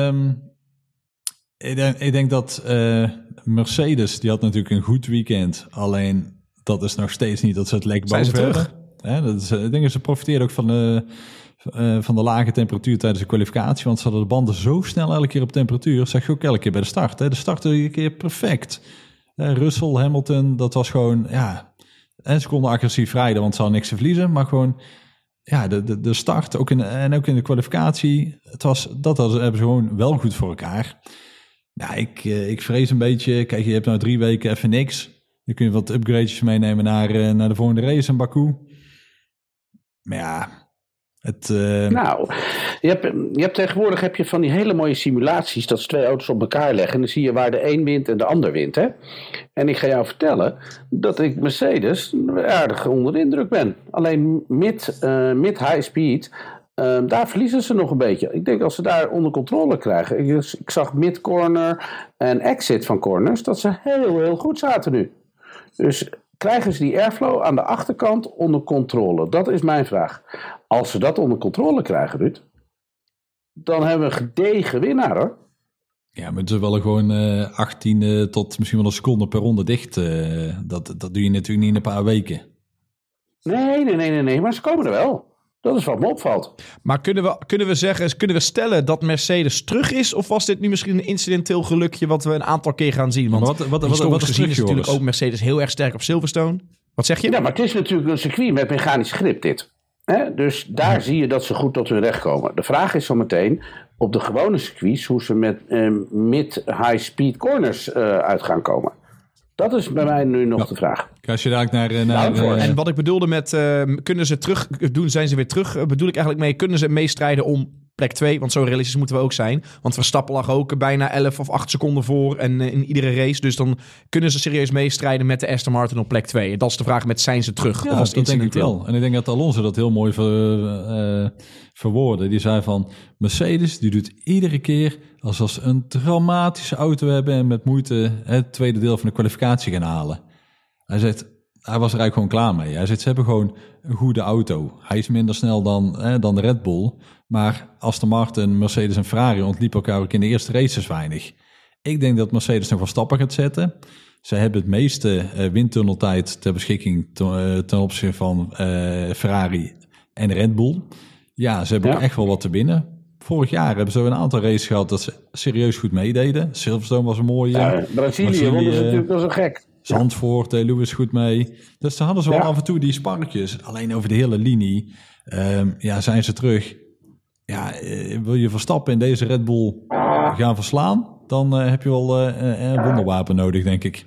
Ik denk dat Mercedes, die had natuurlijk een goed weekend. Alleen dat is nog steeds niet dat ze het lek boven hebben. Ik denk dat ze profiteerden ook van de lage temperatuur tijdens de kwalificatie. Want ze hadden de banden zo snel elke keer op temperatuur. Dat zag je ook elke keer bij de start. Hè. De start een keer perfect. Russell, Hamilton, dat was gewoon... Ja, en ze konden agressief rijden, want ze hadden niks te verliezen. Maar gewoon... Ja, de start ook in de kwalificatie. Hebben ze gewoon wel goed voor elkaar. Ja, ik vrees een beetje... Kijk, je hebt nou 3 weken even niks. Dan kun je wat upgradejes meenemen naar de volgende race in Baku. Maar ja, Nou, je hebt tegenwoordig van die hele mooie simulaties... dat ze 2 auto's op elkaar leggen... en dan zie je waar de een wint en de ander wint, hè? En ik ga jou vertellen dat ik Mercedes aardig onder de indruk ben. Alleen mid high speed... daar verliezen ze nog een beetje. Ik denk als ze daar onder controle krijgen. Ik zag mid-corner en exit van corners... dat ze heel, heel goed zaten nu. Dus krijgen ze die airflow aan de achterkant onder controle? Dat is mijn vraag. Als ze dat onder controle krijgen, Ruud... dan hebben we een gedegen winnaar, hoor. Ja, maar ze willen gewoon 18 tot misschien wel een seconde per ronde dicht. Dat doe je natuurlijk niet in een paar weken. Nee, maar ze komen er wel. Dat is wat me opvalt. Maar kunnen we stellen dat Mercedes terug is? Of was dit nu misschien een incidenteel gelukje wat we een aantal keer gaan zien? Want wat gezien is natuurlijk ook Mercedes heel erg sterk op Silverstone. Wat zeg je? Ja, maar het is natuurlijk een circuit met mechanisch grip dit. Dus daar zie je dat ze goed tot hun recht komen. De vraag is zo meteen op de gewone circuits hoe ze met mid-high speed corners uit gaan komen. Dat is bij mij nu nog de vraag. Als je daar naar en wat ik bedoelde met kunnen ze terug doen, zijn ze weer terug? Bedoel ik eigenlijk mee, kunnen ze meestrijden om plek 2? Want zo realistisch moeten we ook zijn. Want Verstappen lag ook bijna 11 of 8 seconden voor en in iedere race. Dus dan kunnen ze serieus meestrijden met de Aston Martin op plek 2. Dat is de vraag met zijn ze terug? Ja, dat denk ik wel. En ik denk dat Alonso dat heel mooi verwoordde. Die zei van Mercedes, die doet iedere keer alsof ze een dramatische auto hebben en met moeite het tweede deel van de kwalificatie gaan halen. Hij was er eigenlijk gewoon klaar mee. Hij zegt, ze hebben gewoon een goede auto. Hij is minder snel dan de Red Bull. Maar Aston Martin, Mercedes en Ferrari ontliepen elkaar ook in de eerste races weinig. Ik denk dat Mercedes nog wel stappen gaat zetten. Ze hebben het meeste windtunneltijd ter beschikking ten opzichte van Ferrari en Red Bull. Ja, ze hebben ook echt wel wat te winnen. Vorig jaar hebben ze een aantal races gehad dat ze serieus goed meededen. Silverstone was een mooie. Brazilië wonnen ze natuurlijk wel zo gek. Zandvoort, Lewis goed mee. Dus daar hadden ze wel af en toe die sparretjes. Alleen over de hele linie zijn ze terug. Ja, wil je Verstappen in deze Red Bull gaan verslaan, dan heb je wel een wonderwapen nodig, denk ik.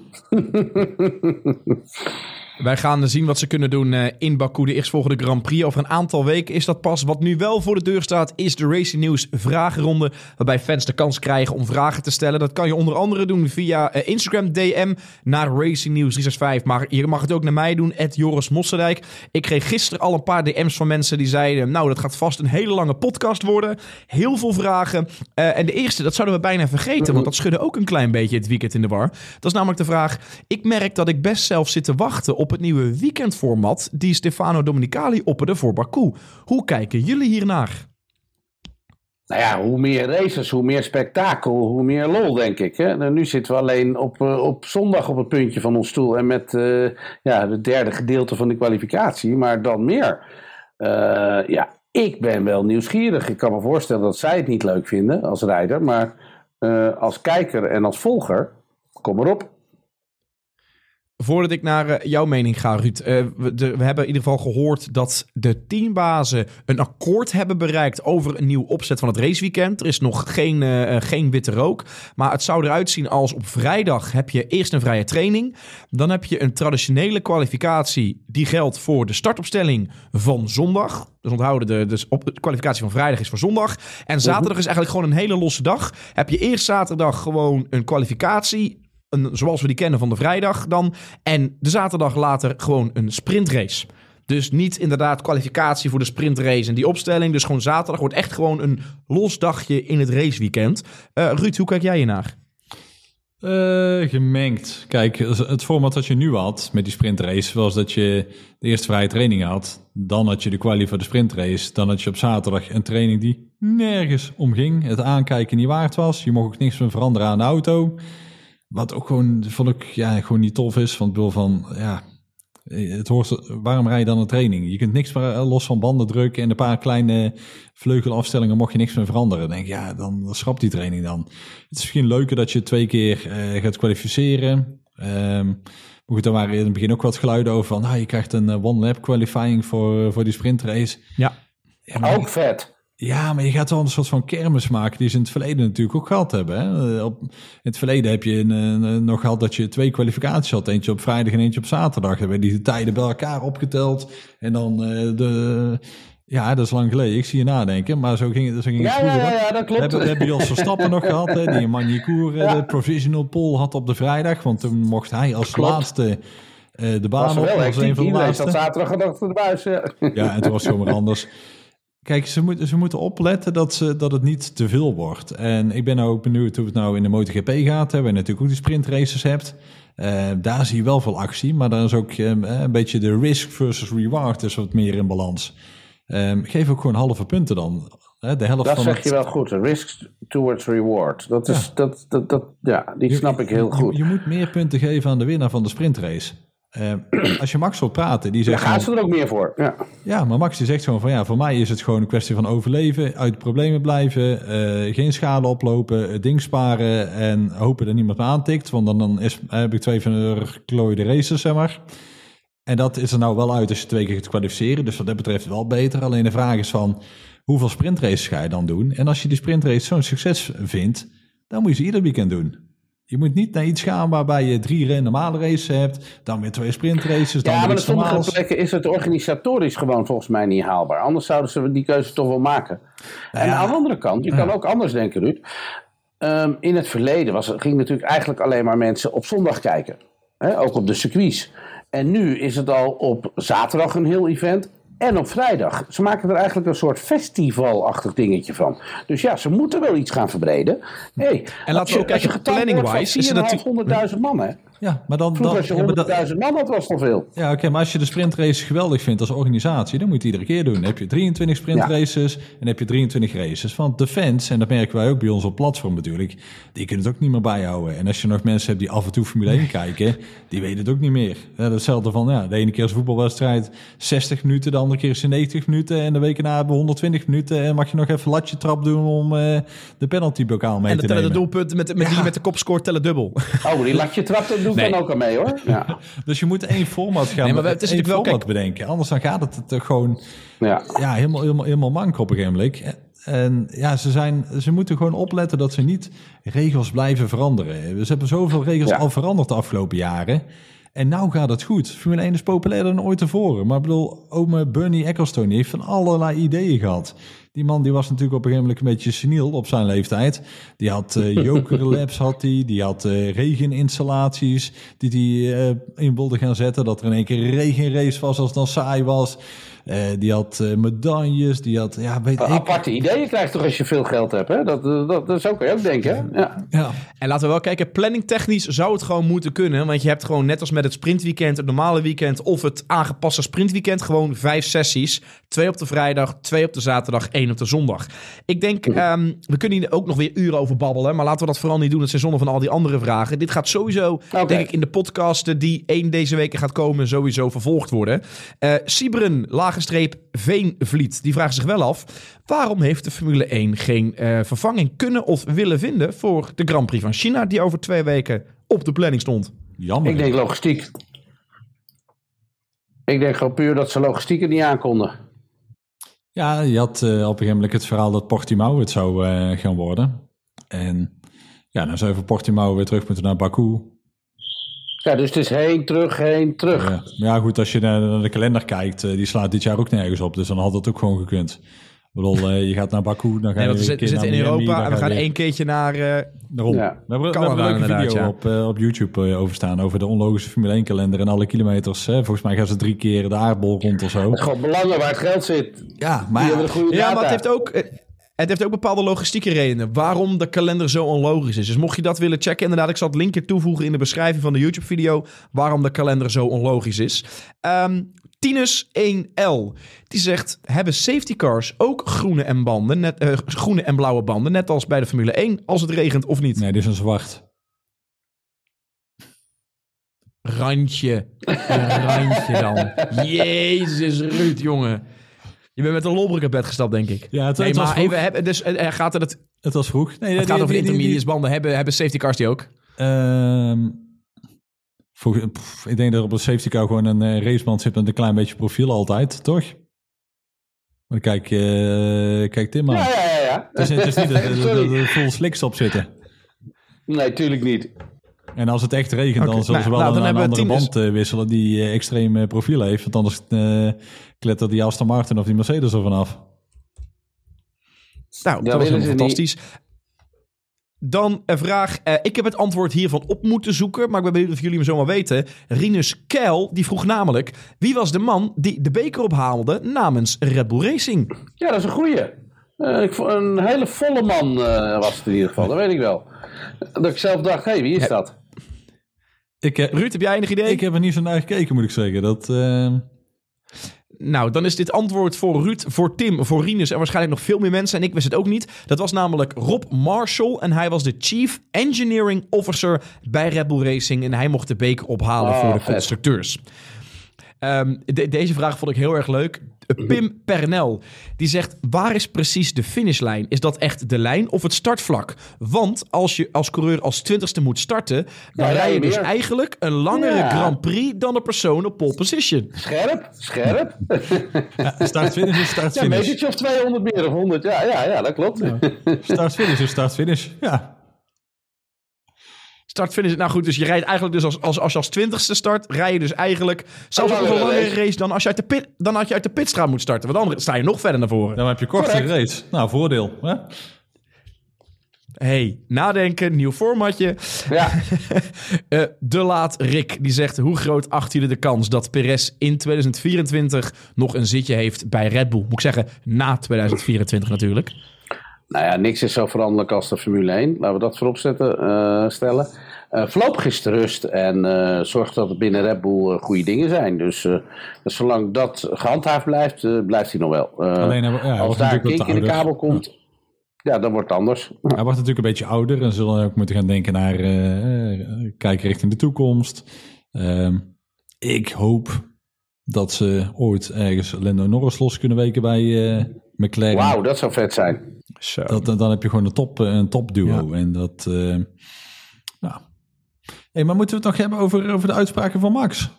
Wij gaan zien wat ze kunnen doen in Baku, de eerstvolgende Grand Prix. Over een aantal weken is dat pas. Wat nu wel voor de deur staat, is de Racing News vragenronde. Waarbij fans de kans krijgen om vragen te stellen. Dat kan je onder andere doen via Instagram DM naar Racing News 365. Maar je mag het ook naar mij doen, @Joris Mosserdijk. Ik kreeg gisteren al een paar DM's van mensen die zeiden, nou, dat gaat vast een hele lange podcast worden. Heel veel vragen. En de eerste, dat zouden we bijna vergeten, want dat schudde ook een klein beetje het weekend in de war. Dat is namelijk de vraag, ik merk dat ik best zelf zit te wachten op het nieuwe weekendformat die Stefano Domenicali opperde voor Baku. Hoe kijken jullie hiernaar? Nou ja, hoe meer races, hoe meer spektakel, hoe meer lol, denk ik. Hè? En nu zitten we alleen op zondag op het puntje van ons stoel en met het derde gedeelte van de kwalificatie, maar dan meer. Ik ben wel nieuwsgierig. Ik kan me voorstellen dat zij het niet leuk vinden als rijder, maar als kijker en als volger, kom maar op. Voordat ik naar jouw mening ga, Ruud. We hebben in ieder geval gehoord dat de teambazen een akkoord hebben bereikt over een nieuw opzet van het raceweekend. Er is nog geen witte rook. Maar het zou eruit zien als op vrijdag heb je eerst een vrije training. Dan heb je een traditionele kwalificatie die geldt voor de startopstelling van zondag. Dus onthouden, de kwalificatie van vrijdag is voor zondag. En zaterdag is eigenlijk gewoon een hele losse dag. Heb je eerst zaterdag gewoon een kwalificatie, zoals we die kennen van de vrijdag dan. En de zaterdag later gewoon een sprintrace. Dus niet inderdaad kwalificatie voor de sprintrace en die opstelling. Dus gewoon zaterdag wordt echt gewoon een los dagje in het raceweekend. Ruud, hoe kijk jij hiernaar? Gemengd. Kijk, het format dat je nu had met die sprintrace was dat je de eerste vrije training had. Dan had je de quali voor de sprintrace. Dan had je op zaterdag een training die nergens om ging. Het aankijken niet waard was. Je mocht ook niks meer veranderen aan de auto. Wat ook gewoon, vond ik, gewoon niet tof is. Want ik bedoel van, waarom rij je dan een training? Je kunt niks meer los van banden drukken en een paar kleine vleugelafstellingen mocht je niks meer veranderen. Dan denk ik, dan schrapt die training dan. Het is misschien leuker dat je 2 keer gaat kwalificeren. Goed, er waren in het begin ook wat geluiden over van, je krijgt een one-lap qualifying voor die sprintrace. Ja, ook vet. Ja, maar je gaat wel een soort van kermis maken die ze in het verleden natuurlijk ook gehad hebben. Hè? In het verleden heb je nog gehad dat je 2 kwalificaties had. Eentje op vrijdag en eentje op zaterdag. Dan werden die tijden bij elkaar opgeteld. En dan dat is lang geleden. Ik zie je nadenken, maar zo ging het vroeger. Ja, dat klopt. We hebben Jos Verstappen nog gehad, hè, die in Magny-Cours de provisional pole had op de vrijdag. Want toen mocht hij als laatste de baan op. Wel, als een van de laatste. Dat zaterdag achter de buis. Ja, en toen was het gewoon weer anders. Kijk, ze moeten opletten dat het niet te veel wordt. En ik ben nou ook benieuwd hoe het nou in de MotoGP gaat. Waar je natuurlijk ook die sprintraces hebt. Daar zie je wel veel actie. Maar daar is ook een beetje de risk versus reward is wat meer in balans. Geef ook gewoon halve punten dan. De helft dat van zeg je wel goed. Risk towards reward. Dat is, die snap ik heel goed. Je moet meer punten geven aan de winnaar van de sprintrace. Als je Max wil praten, die zegt... Daar gaan ze er ook meer voor. Ja, maar Max die zegt gewoon van voor mij is het gewoon een kwestie van overleven, uit problemen blijven, geen schade oplopen, het ding sparen en hopen dat niemand me aantikt, want dan heb ik 2 van de geklooide races, zeg maar. En dat is er nou wel uit als je 2 keer gaat kwalificeren, dus wat dat betreft wel beter. Alleen de vraag is van, hoeveel sprintraces ga je dan doen? En als je die sprintrace zo'n succes vindt, dan moet je ze ieder weekend doen. Je moet niet naar iets gaan waarbij je 3 normale races hebt, dan weer 2 sprintraces, dan weer iets maar op normaals. sommige plekken is het organisatorisch gewoon volgens mij niet haalbaar. Anders zouden ze die keuze toch wel maken. En aan de andere kant, je kan ook anders denken, Ruud. In het verleden ging natuurlijk eigenlijk alleen maar mensen op zondag kijken. Ook op de circuits. En nu is het al op zaterdag een heel event. En op vrijdag. Ze maken er eigenlijk een soort festivalachtig dingetje van. Dus ze moeten wel iets gaan verbreden. En laten we ook kijken, planning-wise is het natuurlijk 100.000 man, hè? Ja, maar dan... Vroeger als je 100.000 man had, was het al veel. Ja, oké, maar als je de sprintrace geweldig vindt als organisatie, dan moet je het iedere keer doen. Dan heb je 23 sprintraces en dan heb je 23 races. Want de fans, en dat merken wij ook bij ons op platform natuurlijk, die kunnen het ook niet meer bijhouden. En als je nog mensen hebt die af en toe Formule 1 kijken, die weten het ook niet meer. Hetzelfde van, de ene keer is een voetbalwedstrijd 60 minuten, de andere keer is het 90 minuten en de week na hebben we 120 minuten en mag je nog even latje trap doen om de penaltybokaal mee te nemen. En dan tellen de doelpunten die met de kopscore tellen dubbel. Oh, die latje trap, dat doe ik dan ook aan mee, hoor. Ja. Dus je moet 1 format gaan bedenken. Anders dan gaat het toch gewoon helemaal mank op een gegeven moment. En ze moeten gewoon opletten dat ze niet regels blijven veranderen. Ze hebben zoveel regels al veranderd de afgelopen jaren. En nou gaat het goed. Formule 1 is populairder dan ooit tevoren. Maar ik bedoel, ome Bernie Ecclestone heeft van allerlei ideeën gehad. Die man die was natuurlijk op een gegeven moment een beetje seniel op zijn leeftijd. Die had Joker Labs, die had regeninstallaties die in wilde gaan zetten. Dat er in één keer een regenrace was als het dan saai was. Die had medailles, die had... Aparte ideeën krijg je toch als je veel geld hebt, hè? Dat zo kan je ook denken, hè? Ja. En laten we wel kijken, planningtechnisch zou het gewoon moeten kunnen. Want je hebt gewoon net als met het sprintweekend, het normale weekend of het aangepaste sprintweekend gewoon 5 sessies. 2 op de vrijdag, 2 op de zaterdag, 1 op de zondag. Ik denk, we kunnen hier ook nog weer uren over babbelen, maar laten we dat vooral niet doen. Het zijn zonde van al die andere vragen. Dit gaat sowieso, denk ik, in de podcast die 1 deze week gaat komen, sowieso vervolgd worden. Siebren, Veenvliet, die vragen zich wel af, waarom heeft de Formule 1 geen vervanging kunnen of willen vinden voor de Grand Prix van China, die over 2 weken op de planning stond? Jammer. Ik denk logistiek. Ik denk gewoon puur dat ze logistiek er niet aankonden. Ja, je had op een gegeven moment het verhaal dat Portimao het zou gaan worden. En dan zou je van Portimao weer terug moeten naar Baku. Ja, dus het is heen, terug. Ja, goed, als je naar de kalender kijkt, die slaat dit jaar ook nergens op. Dus dan had het ook gewoon gekund. Je gaat naar Baku, dan ga je we zitten in Europa en we gaan 1 keertje naar daarom. Ja. We hebben een leuke video op YouTube over staan, over de onlogische Formule 1 kalender en alle kilometers. Volgens mij gaan ze 3 keer de aardbol rond of zo. Het is gewoon belangen waar het geld zit. Ja, maar het heeft ook bepaalde logistieke redenen waarom de kalender zo onlogisch is. Dus mocht je dat willen checken, inderdaad, ik zal het linkje toevoegen in de beschrijving van de YouTube-video waarom de kalender zo onlogisch is. Tinus1L, die zegt, hebben safety cars ook groene en blauwe banden, net als bij de Formule 1, als het regent of niet? Nee, dit is een zwart. Randje. Een randje dan. Jezus, Ruud, jongen. Je bent met een lolbroek uit bed gestapt, denk ik. Ja, het was vroeg. Het was vroeg. Nee, het gaat over de intermediate banden. Hebben safety cars die ook? Ik denk dat op een safety car gewoon een raceband zit met een klein beetje profiel altijd, toch? Maar kijk Tim aan. Ja. Het is niet dat er full slicks op zitten. Nee, tuurlijk niet. En als het echt regent, dan zullen ze wel een andere band wisselen die extreem profiel heeft. Want anders klettert die Aston Martin of die Mercedes er vanaf. Nou, dat was helemaal fantastisch. Dan een vraag. Ik heb het antwoord hiervan op moeten zoeken, maar ik ben benieuwd of jullie hem zomaar weten. Rinus Keil, die vroeg namelijk, wie was de man die de beker ophaalde namens Red Bull Racing? Ja, dat is een goeie. Een hele volle man was het in ieder geval, dat weet ik wel. Dat ik zelf dacht, wie is dat? Ruud, heb jij enig idee? Ik heb er niet zo naar gekeken, moet ik zeggen. Nou, dan is dit antwoord voor Ruud, voor Tim, voor Rinus en waarschijnlijk nog veel meer mensen. En ik wist het ook niet. Dat was namelijk Rob Marshall en hij was de Chief Engineering Officer bij Red Bull Racing. En hij mocht de beker ophalen voor de constructeurs. Deze vraag vond ik heel erg leuk. Pim Pernel, die zegt, waar is precies de finishlijn? Is dat echt de lijn of het startvlak? Want als je als coureur als 20ste moet starten, dan rij je dus eigenlijk een langere Grand Prix dan de persoon op pole position. Scherp. Start-finish is start-finish. Ja, een metertje of 200 meer of 100. Ja, dat klopt. Ja. Start-finish is start-finish, ja. Start-finish, nou goed, dus je rijdt eigenlijk dus als je als 20ste start, rij je dus eigenlijk zelfs ook een langere race dan als je uit de pitstraat moet starten. Want dan sta je nog verder naar voren. Dan heb je kortere race. Nou, voordeel. Hè? Hey, nadenken, nieuw formatje. Ja. De Laat Rick, die zegt, hoe groot acht jullie de kans dat Perez in 2024 nog een zitje heeft bij Red Bull? Moet ik zeggen, na 2024 natuurlijk. Nou ja, niks is zo veranderlijk als de Formule 1. Laten we dat voorop stellen. Voorlopig is de rust en zorg dat er binnen Red Bull goede dingen zijn. Dus zolang dat gehandhaafd blijft, blijft hij nog wel. Als daar een kink in de kabel komt, dan wordt het anders. Hij wordt natuurlijk een beetje ouder en zullen ook moeten gaan denken naar kijken richting de toekomst. Ik hoop dat ze ooit ergens Lando Norris los kunnen weken bij McLaren. Wauw, dat zou vet zijn. Dan heb je gewoon een topduo. Ja. En dat... maar moeten we het nog hebben over de uitspraken van Max?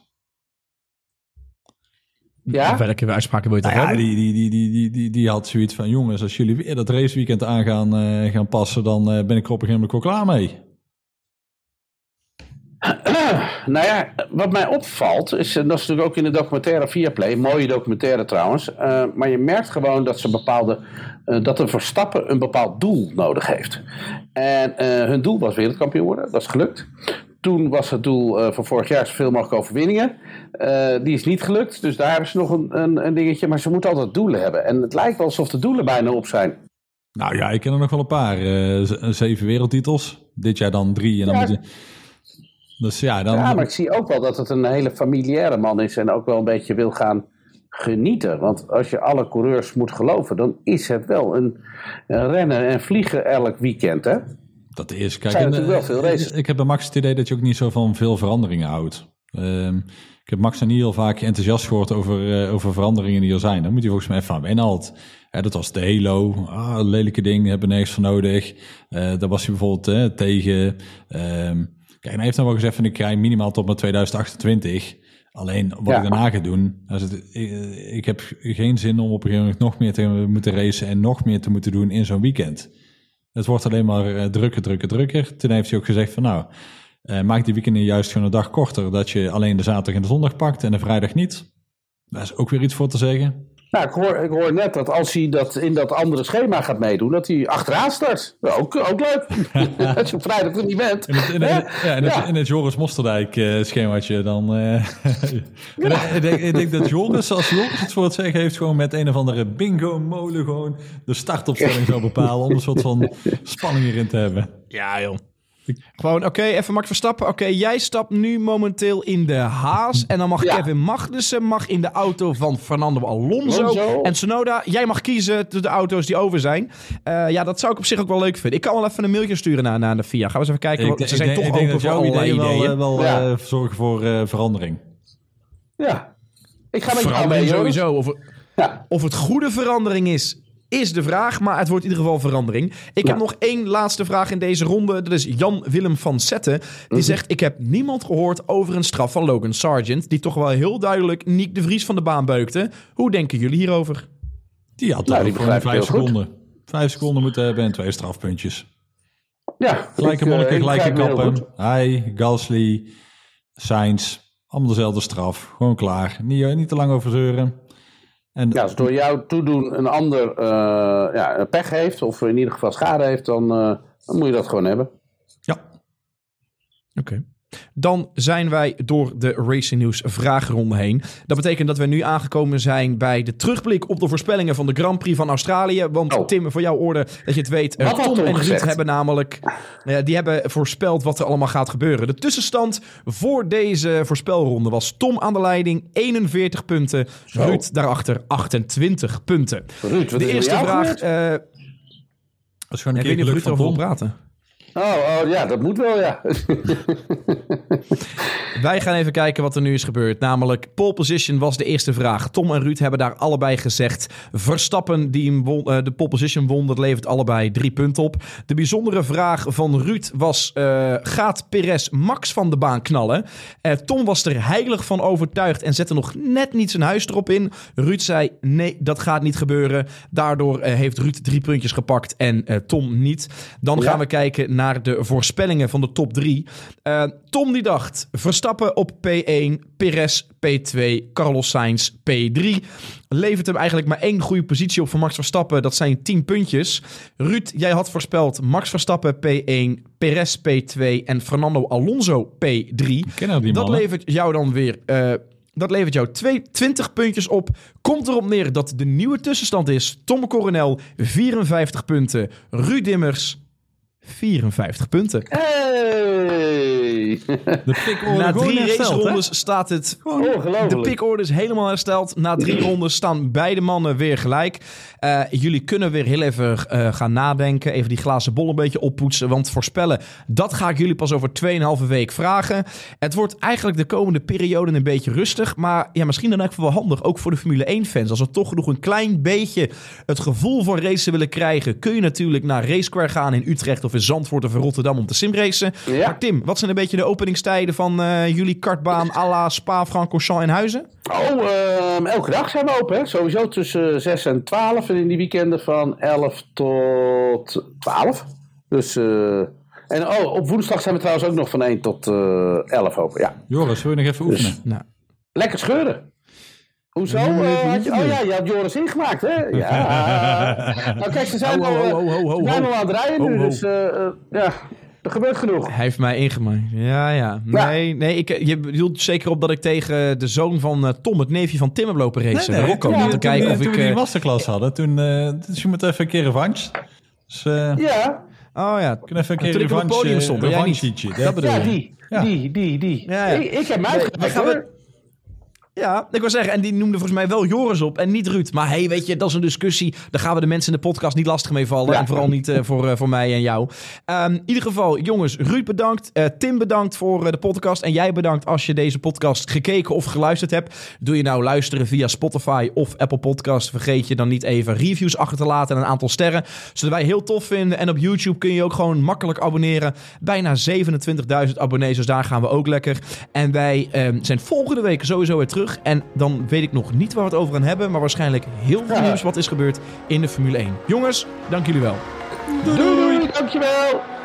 Ja? Welke uitspraken wil je hebben? Die had zoiets van, jongens, als jullie weer dat raceweekend aan gaan passen, dan ben ik er op een gegeven moment ook klaar mee. Nou ja, wat mij opvalt, is, en dat is natuurlijk ook in de documentaire Viaplay, mooie documentaire trouwens, maar je merkt gewoon dat dat een Verstappen een bepaald doel nodig heeft. En hun doel was wereldkampioen worden, dat is gelukt. Toen was het doel van vorig jaar zoveel mogelijk overwinningen. Die is niet gelukt, dus daar hebben ze nog een dingetje, maar ze moeten altijd doelen hebben. En het lijkt wel alsof de doelen bijna op zijn. Nou ja, ik ken er nog wel een paar. 7 wereldtitels, dit jaar dan 3 en dan moet je... Dus maar ik zie ook wel dat het een hele familiaire man is en ook wel een beetje wil gaan genieten. Want als je alle coureurs moet geloven, dan is het wel een rennen en vliegen elk weekend, hè? Dat is, kijk, zijn natuurlijk wel veel races. Ik heb bij Max het idee dat je ook niet zo van veel veranderingen houdt. Ik heb Max niet heel vaak enthousiast gehoord over veranderingen die er zijn. Dan moet je volgens mij even aan wennen altijd. Dat was de Halo. Lelijke ding, hebben we nergens voor nodig. Daar was hij bijvoorbeeld tegen... Kijk, hij heeft dan wel gezegd van ik rij minimaal tot met 2028. Alleen wat ik daarna ga doen... ik heb geen zin om op een gegeven moment nog meer te moeten racen... en nog meer te moeten doen in zo'n weekend. Het wordt alleen maar drukker. Toen heeft hij ook gezegd van maak die weekenden juist gewoon een dag korter... dat je alleen de zaterdag en de zondag pakt en de vrijdag niet. Daar is ook weer iets voor te zeggen. Nou, ik hoor net dat als hij in dat andere schema gaat meedoen, dat hij achteraan start. Ook leuk. Als je op vrijdag er niet bent. In het Joris Mosterdijk schemaatje dan. Ik denk dat Joris, als Joris het voor het zeggen heeft, gewoon met een of andere bingo-molen gewoon de startopstelling zou bepalen om een soort van spanning erin te hebben. Ja, joh. Gewoon, oké, even Max Verstappen. Oké, jij stapt nu momenteel in de Haas. En dan mag Kevin Magnussen in de auto van Fernando Alonso. En Tsunoda, jij mag kiezen tussen de auto's die over zijn. Dat zou ik op zich ook wel leuk vinden. Ik kan wel even een mailtje sturen naar de FIA. Gaan we eens even kijken. Ze zijn toch open voor allerlei ideeën. Wel zorgen voor verandering. Ja. Ik ga met je mee, sowieso. Of het goede verandering is de vraag, maar het wordt in ieder geval verandering. Ik heb nog 1 laatste vraag in deze ronde. Dat is Jan-Willem van Zetten. Die zegt, ik heb niemand gehoord over een straf van Logan Sargent, die toch wel heel duidelijk Nick de Vries van de baan beukte. Hoe denken jullie hierover? Die had daar gewoon 5 seconden. 5 seconden moeten hebben en 2 strafpuntjes. Ja. Gelijke monniken, gelijke kappen. Hij, Gasly, Sainz, allemaal dezelfde straf. Gewoon klaar. Niet te lang over zeuren. En als door jouw toedoen een ander pech heeft, of in ieder geval schade heeft, dan moet je dat gewoon hebben. Ja. Oké. Dan zijn wij door de Racing News vragenronde heen. Dat betekent dat we nu aangekomen zijn bij de terugblik op de voorspellingen van de Grand Prix van Australië. Want Tim, voor jouw orde, dat je het weet, Tom en Ruud hebben namelijk, die hebben voorspeld wat er allemaal gaat gebeuren. De tussenstand voor deze voorspelronde was Tom aan de leiding, 41 punten. Ruud daarachter, 28 punten. Ruud, de eerste vraag... dat is gewoon een keer geluk van Tom praten. Ja, dat moet wel, ja. Wij gaan even kijken wat er nu is gebeurd. Namelijk, pole position was de eerste vraag. Tom en Ruud hebben daar allebei gezegd. Verstappen die de pole position won, dat levert allebei 3 punten op. De bijzondere vraag van Ruud was, gaat Perez Max van de baan knallen? Tom was er heilig van overtuigd en zette nog net niet zijn huis erop in. Ruud zei, nee, dat gaat niet gebeuren. Daardoor heeft Ruud 3 puntjes gepakt en Tom niet. Dan gaan we kijken naar de voorspellingen van de top 3. Tom die dacht, Verstappen op P1, Perez P2, Carlos Sainz P3. Levert hem eigenlijk maar 1 goede positie op voor Max Verstappen. Dat zijn 10 puntjes. Ruud, jij had voorspeld Max Verstappen P1, Perez P2 en Fernando Alonso P3. Dat levert jou dan weer... Dat levert jou 20 puntjes op. Komt erop neer dat de nieuwe tussenstand is Tom Coronel 54 punten, Ruud Dimmers 54 punten. Hey! Na 3 racerondes staat het... De pickorde is helemaal hersteld. Na 3 rondes staan beide mannen weer gelijk. Jullie kunnen weer heel even gaan nadenken. Even die glazen bol een beetje oppoetsen. Want voorspellen, dat ga ik jullie pas over 2,5 week vragen. Het wordt eigenlijk de komende periode een beetje rustig. Maar ja, misschien dan ook wel handig. Ook voor de Formule 1-fans. Als we toch nog een klein beetje het gevoel van racen willen krijgen, kun je natuurlijk naar Race Square gaan in Utrecht of in Zandvoort of in Rotterdam om te simracen. Ja. Maar Tim, wat zijn een beetje de openingstijden van jullie kartbaan à la Spa-Francorchamps en Huizen? Elke dag zijn we open. Hè? Sowieso tussen 6 en 12 en in die weekenden van 11 tot 12. Dus, op woensdag zijn we trouwens ook nog van 1 tot 11 open. Ja. Joris, wil je nog even oefenen? Dus, lekker scheuren. Hoezo? Je had Joris ingemaakt, hè? Ja. Nou kijk, ze zijn al aan het rijden nu, dus er gebeurt genoeg. Hij heeft mij ingemaakt. Ja. Nee, je bedoelt zeker op dat ik tegen de zoon van Tom, het neefje van Tim, heb lopen racen. Nee, Rocco, om te kijken of ik... Toen we die masterclass hadden, dus je moet even een keer revanche. Dus, ja. Oh ja. Kunnen even een keer revanche. Op het podium stond, Dat bedoel je. Die. Ja. Ik heb mij uitgemaakt. Ja, ik wil zeggen, en die noemde volgens mij wel Joris op en niet Ruud. Maar hey, weet je, dat is een discussie. Daar gaan we de mensen in de podcast niet lastig mee vallen. Ja. En vooral niet voor mij en jou. In ieder geval, jongens, Ruud bedankt. Tim bedankt voor de podcast. En jij bedankt als je deze podcast gekeken of geluisterd hebt. Doe je nou luisteren via Spotify of Apple Podcasts. Vergeet je dan niet even reviews achter te laten en een aantal sterren. Zodat wij heel tof vinden. En op YouTube kun je ook gewoon makkelijk abonneren. Bijna 27.000 abonnees, dus daar gaan we ook lekker. En wij zijn volgende week sowieso weer terug. En dan weet ik nog niet waar we het over gaan hebben, maar waarschijnlijk heel veel nieuws wat is gebeurd in de Formule 1. Jongens, dank jullie wel. Doei, dankjewel.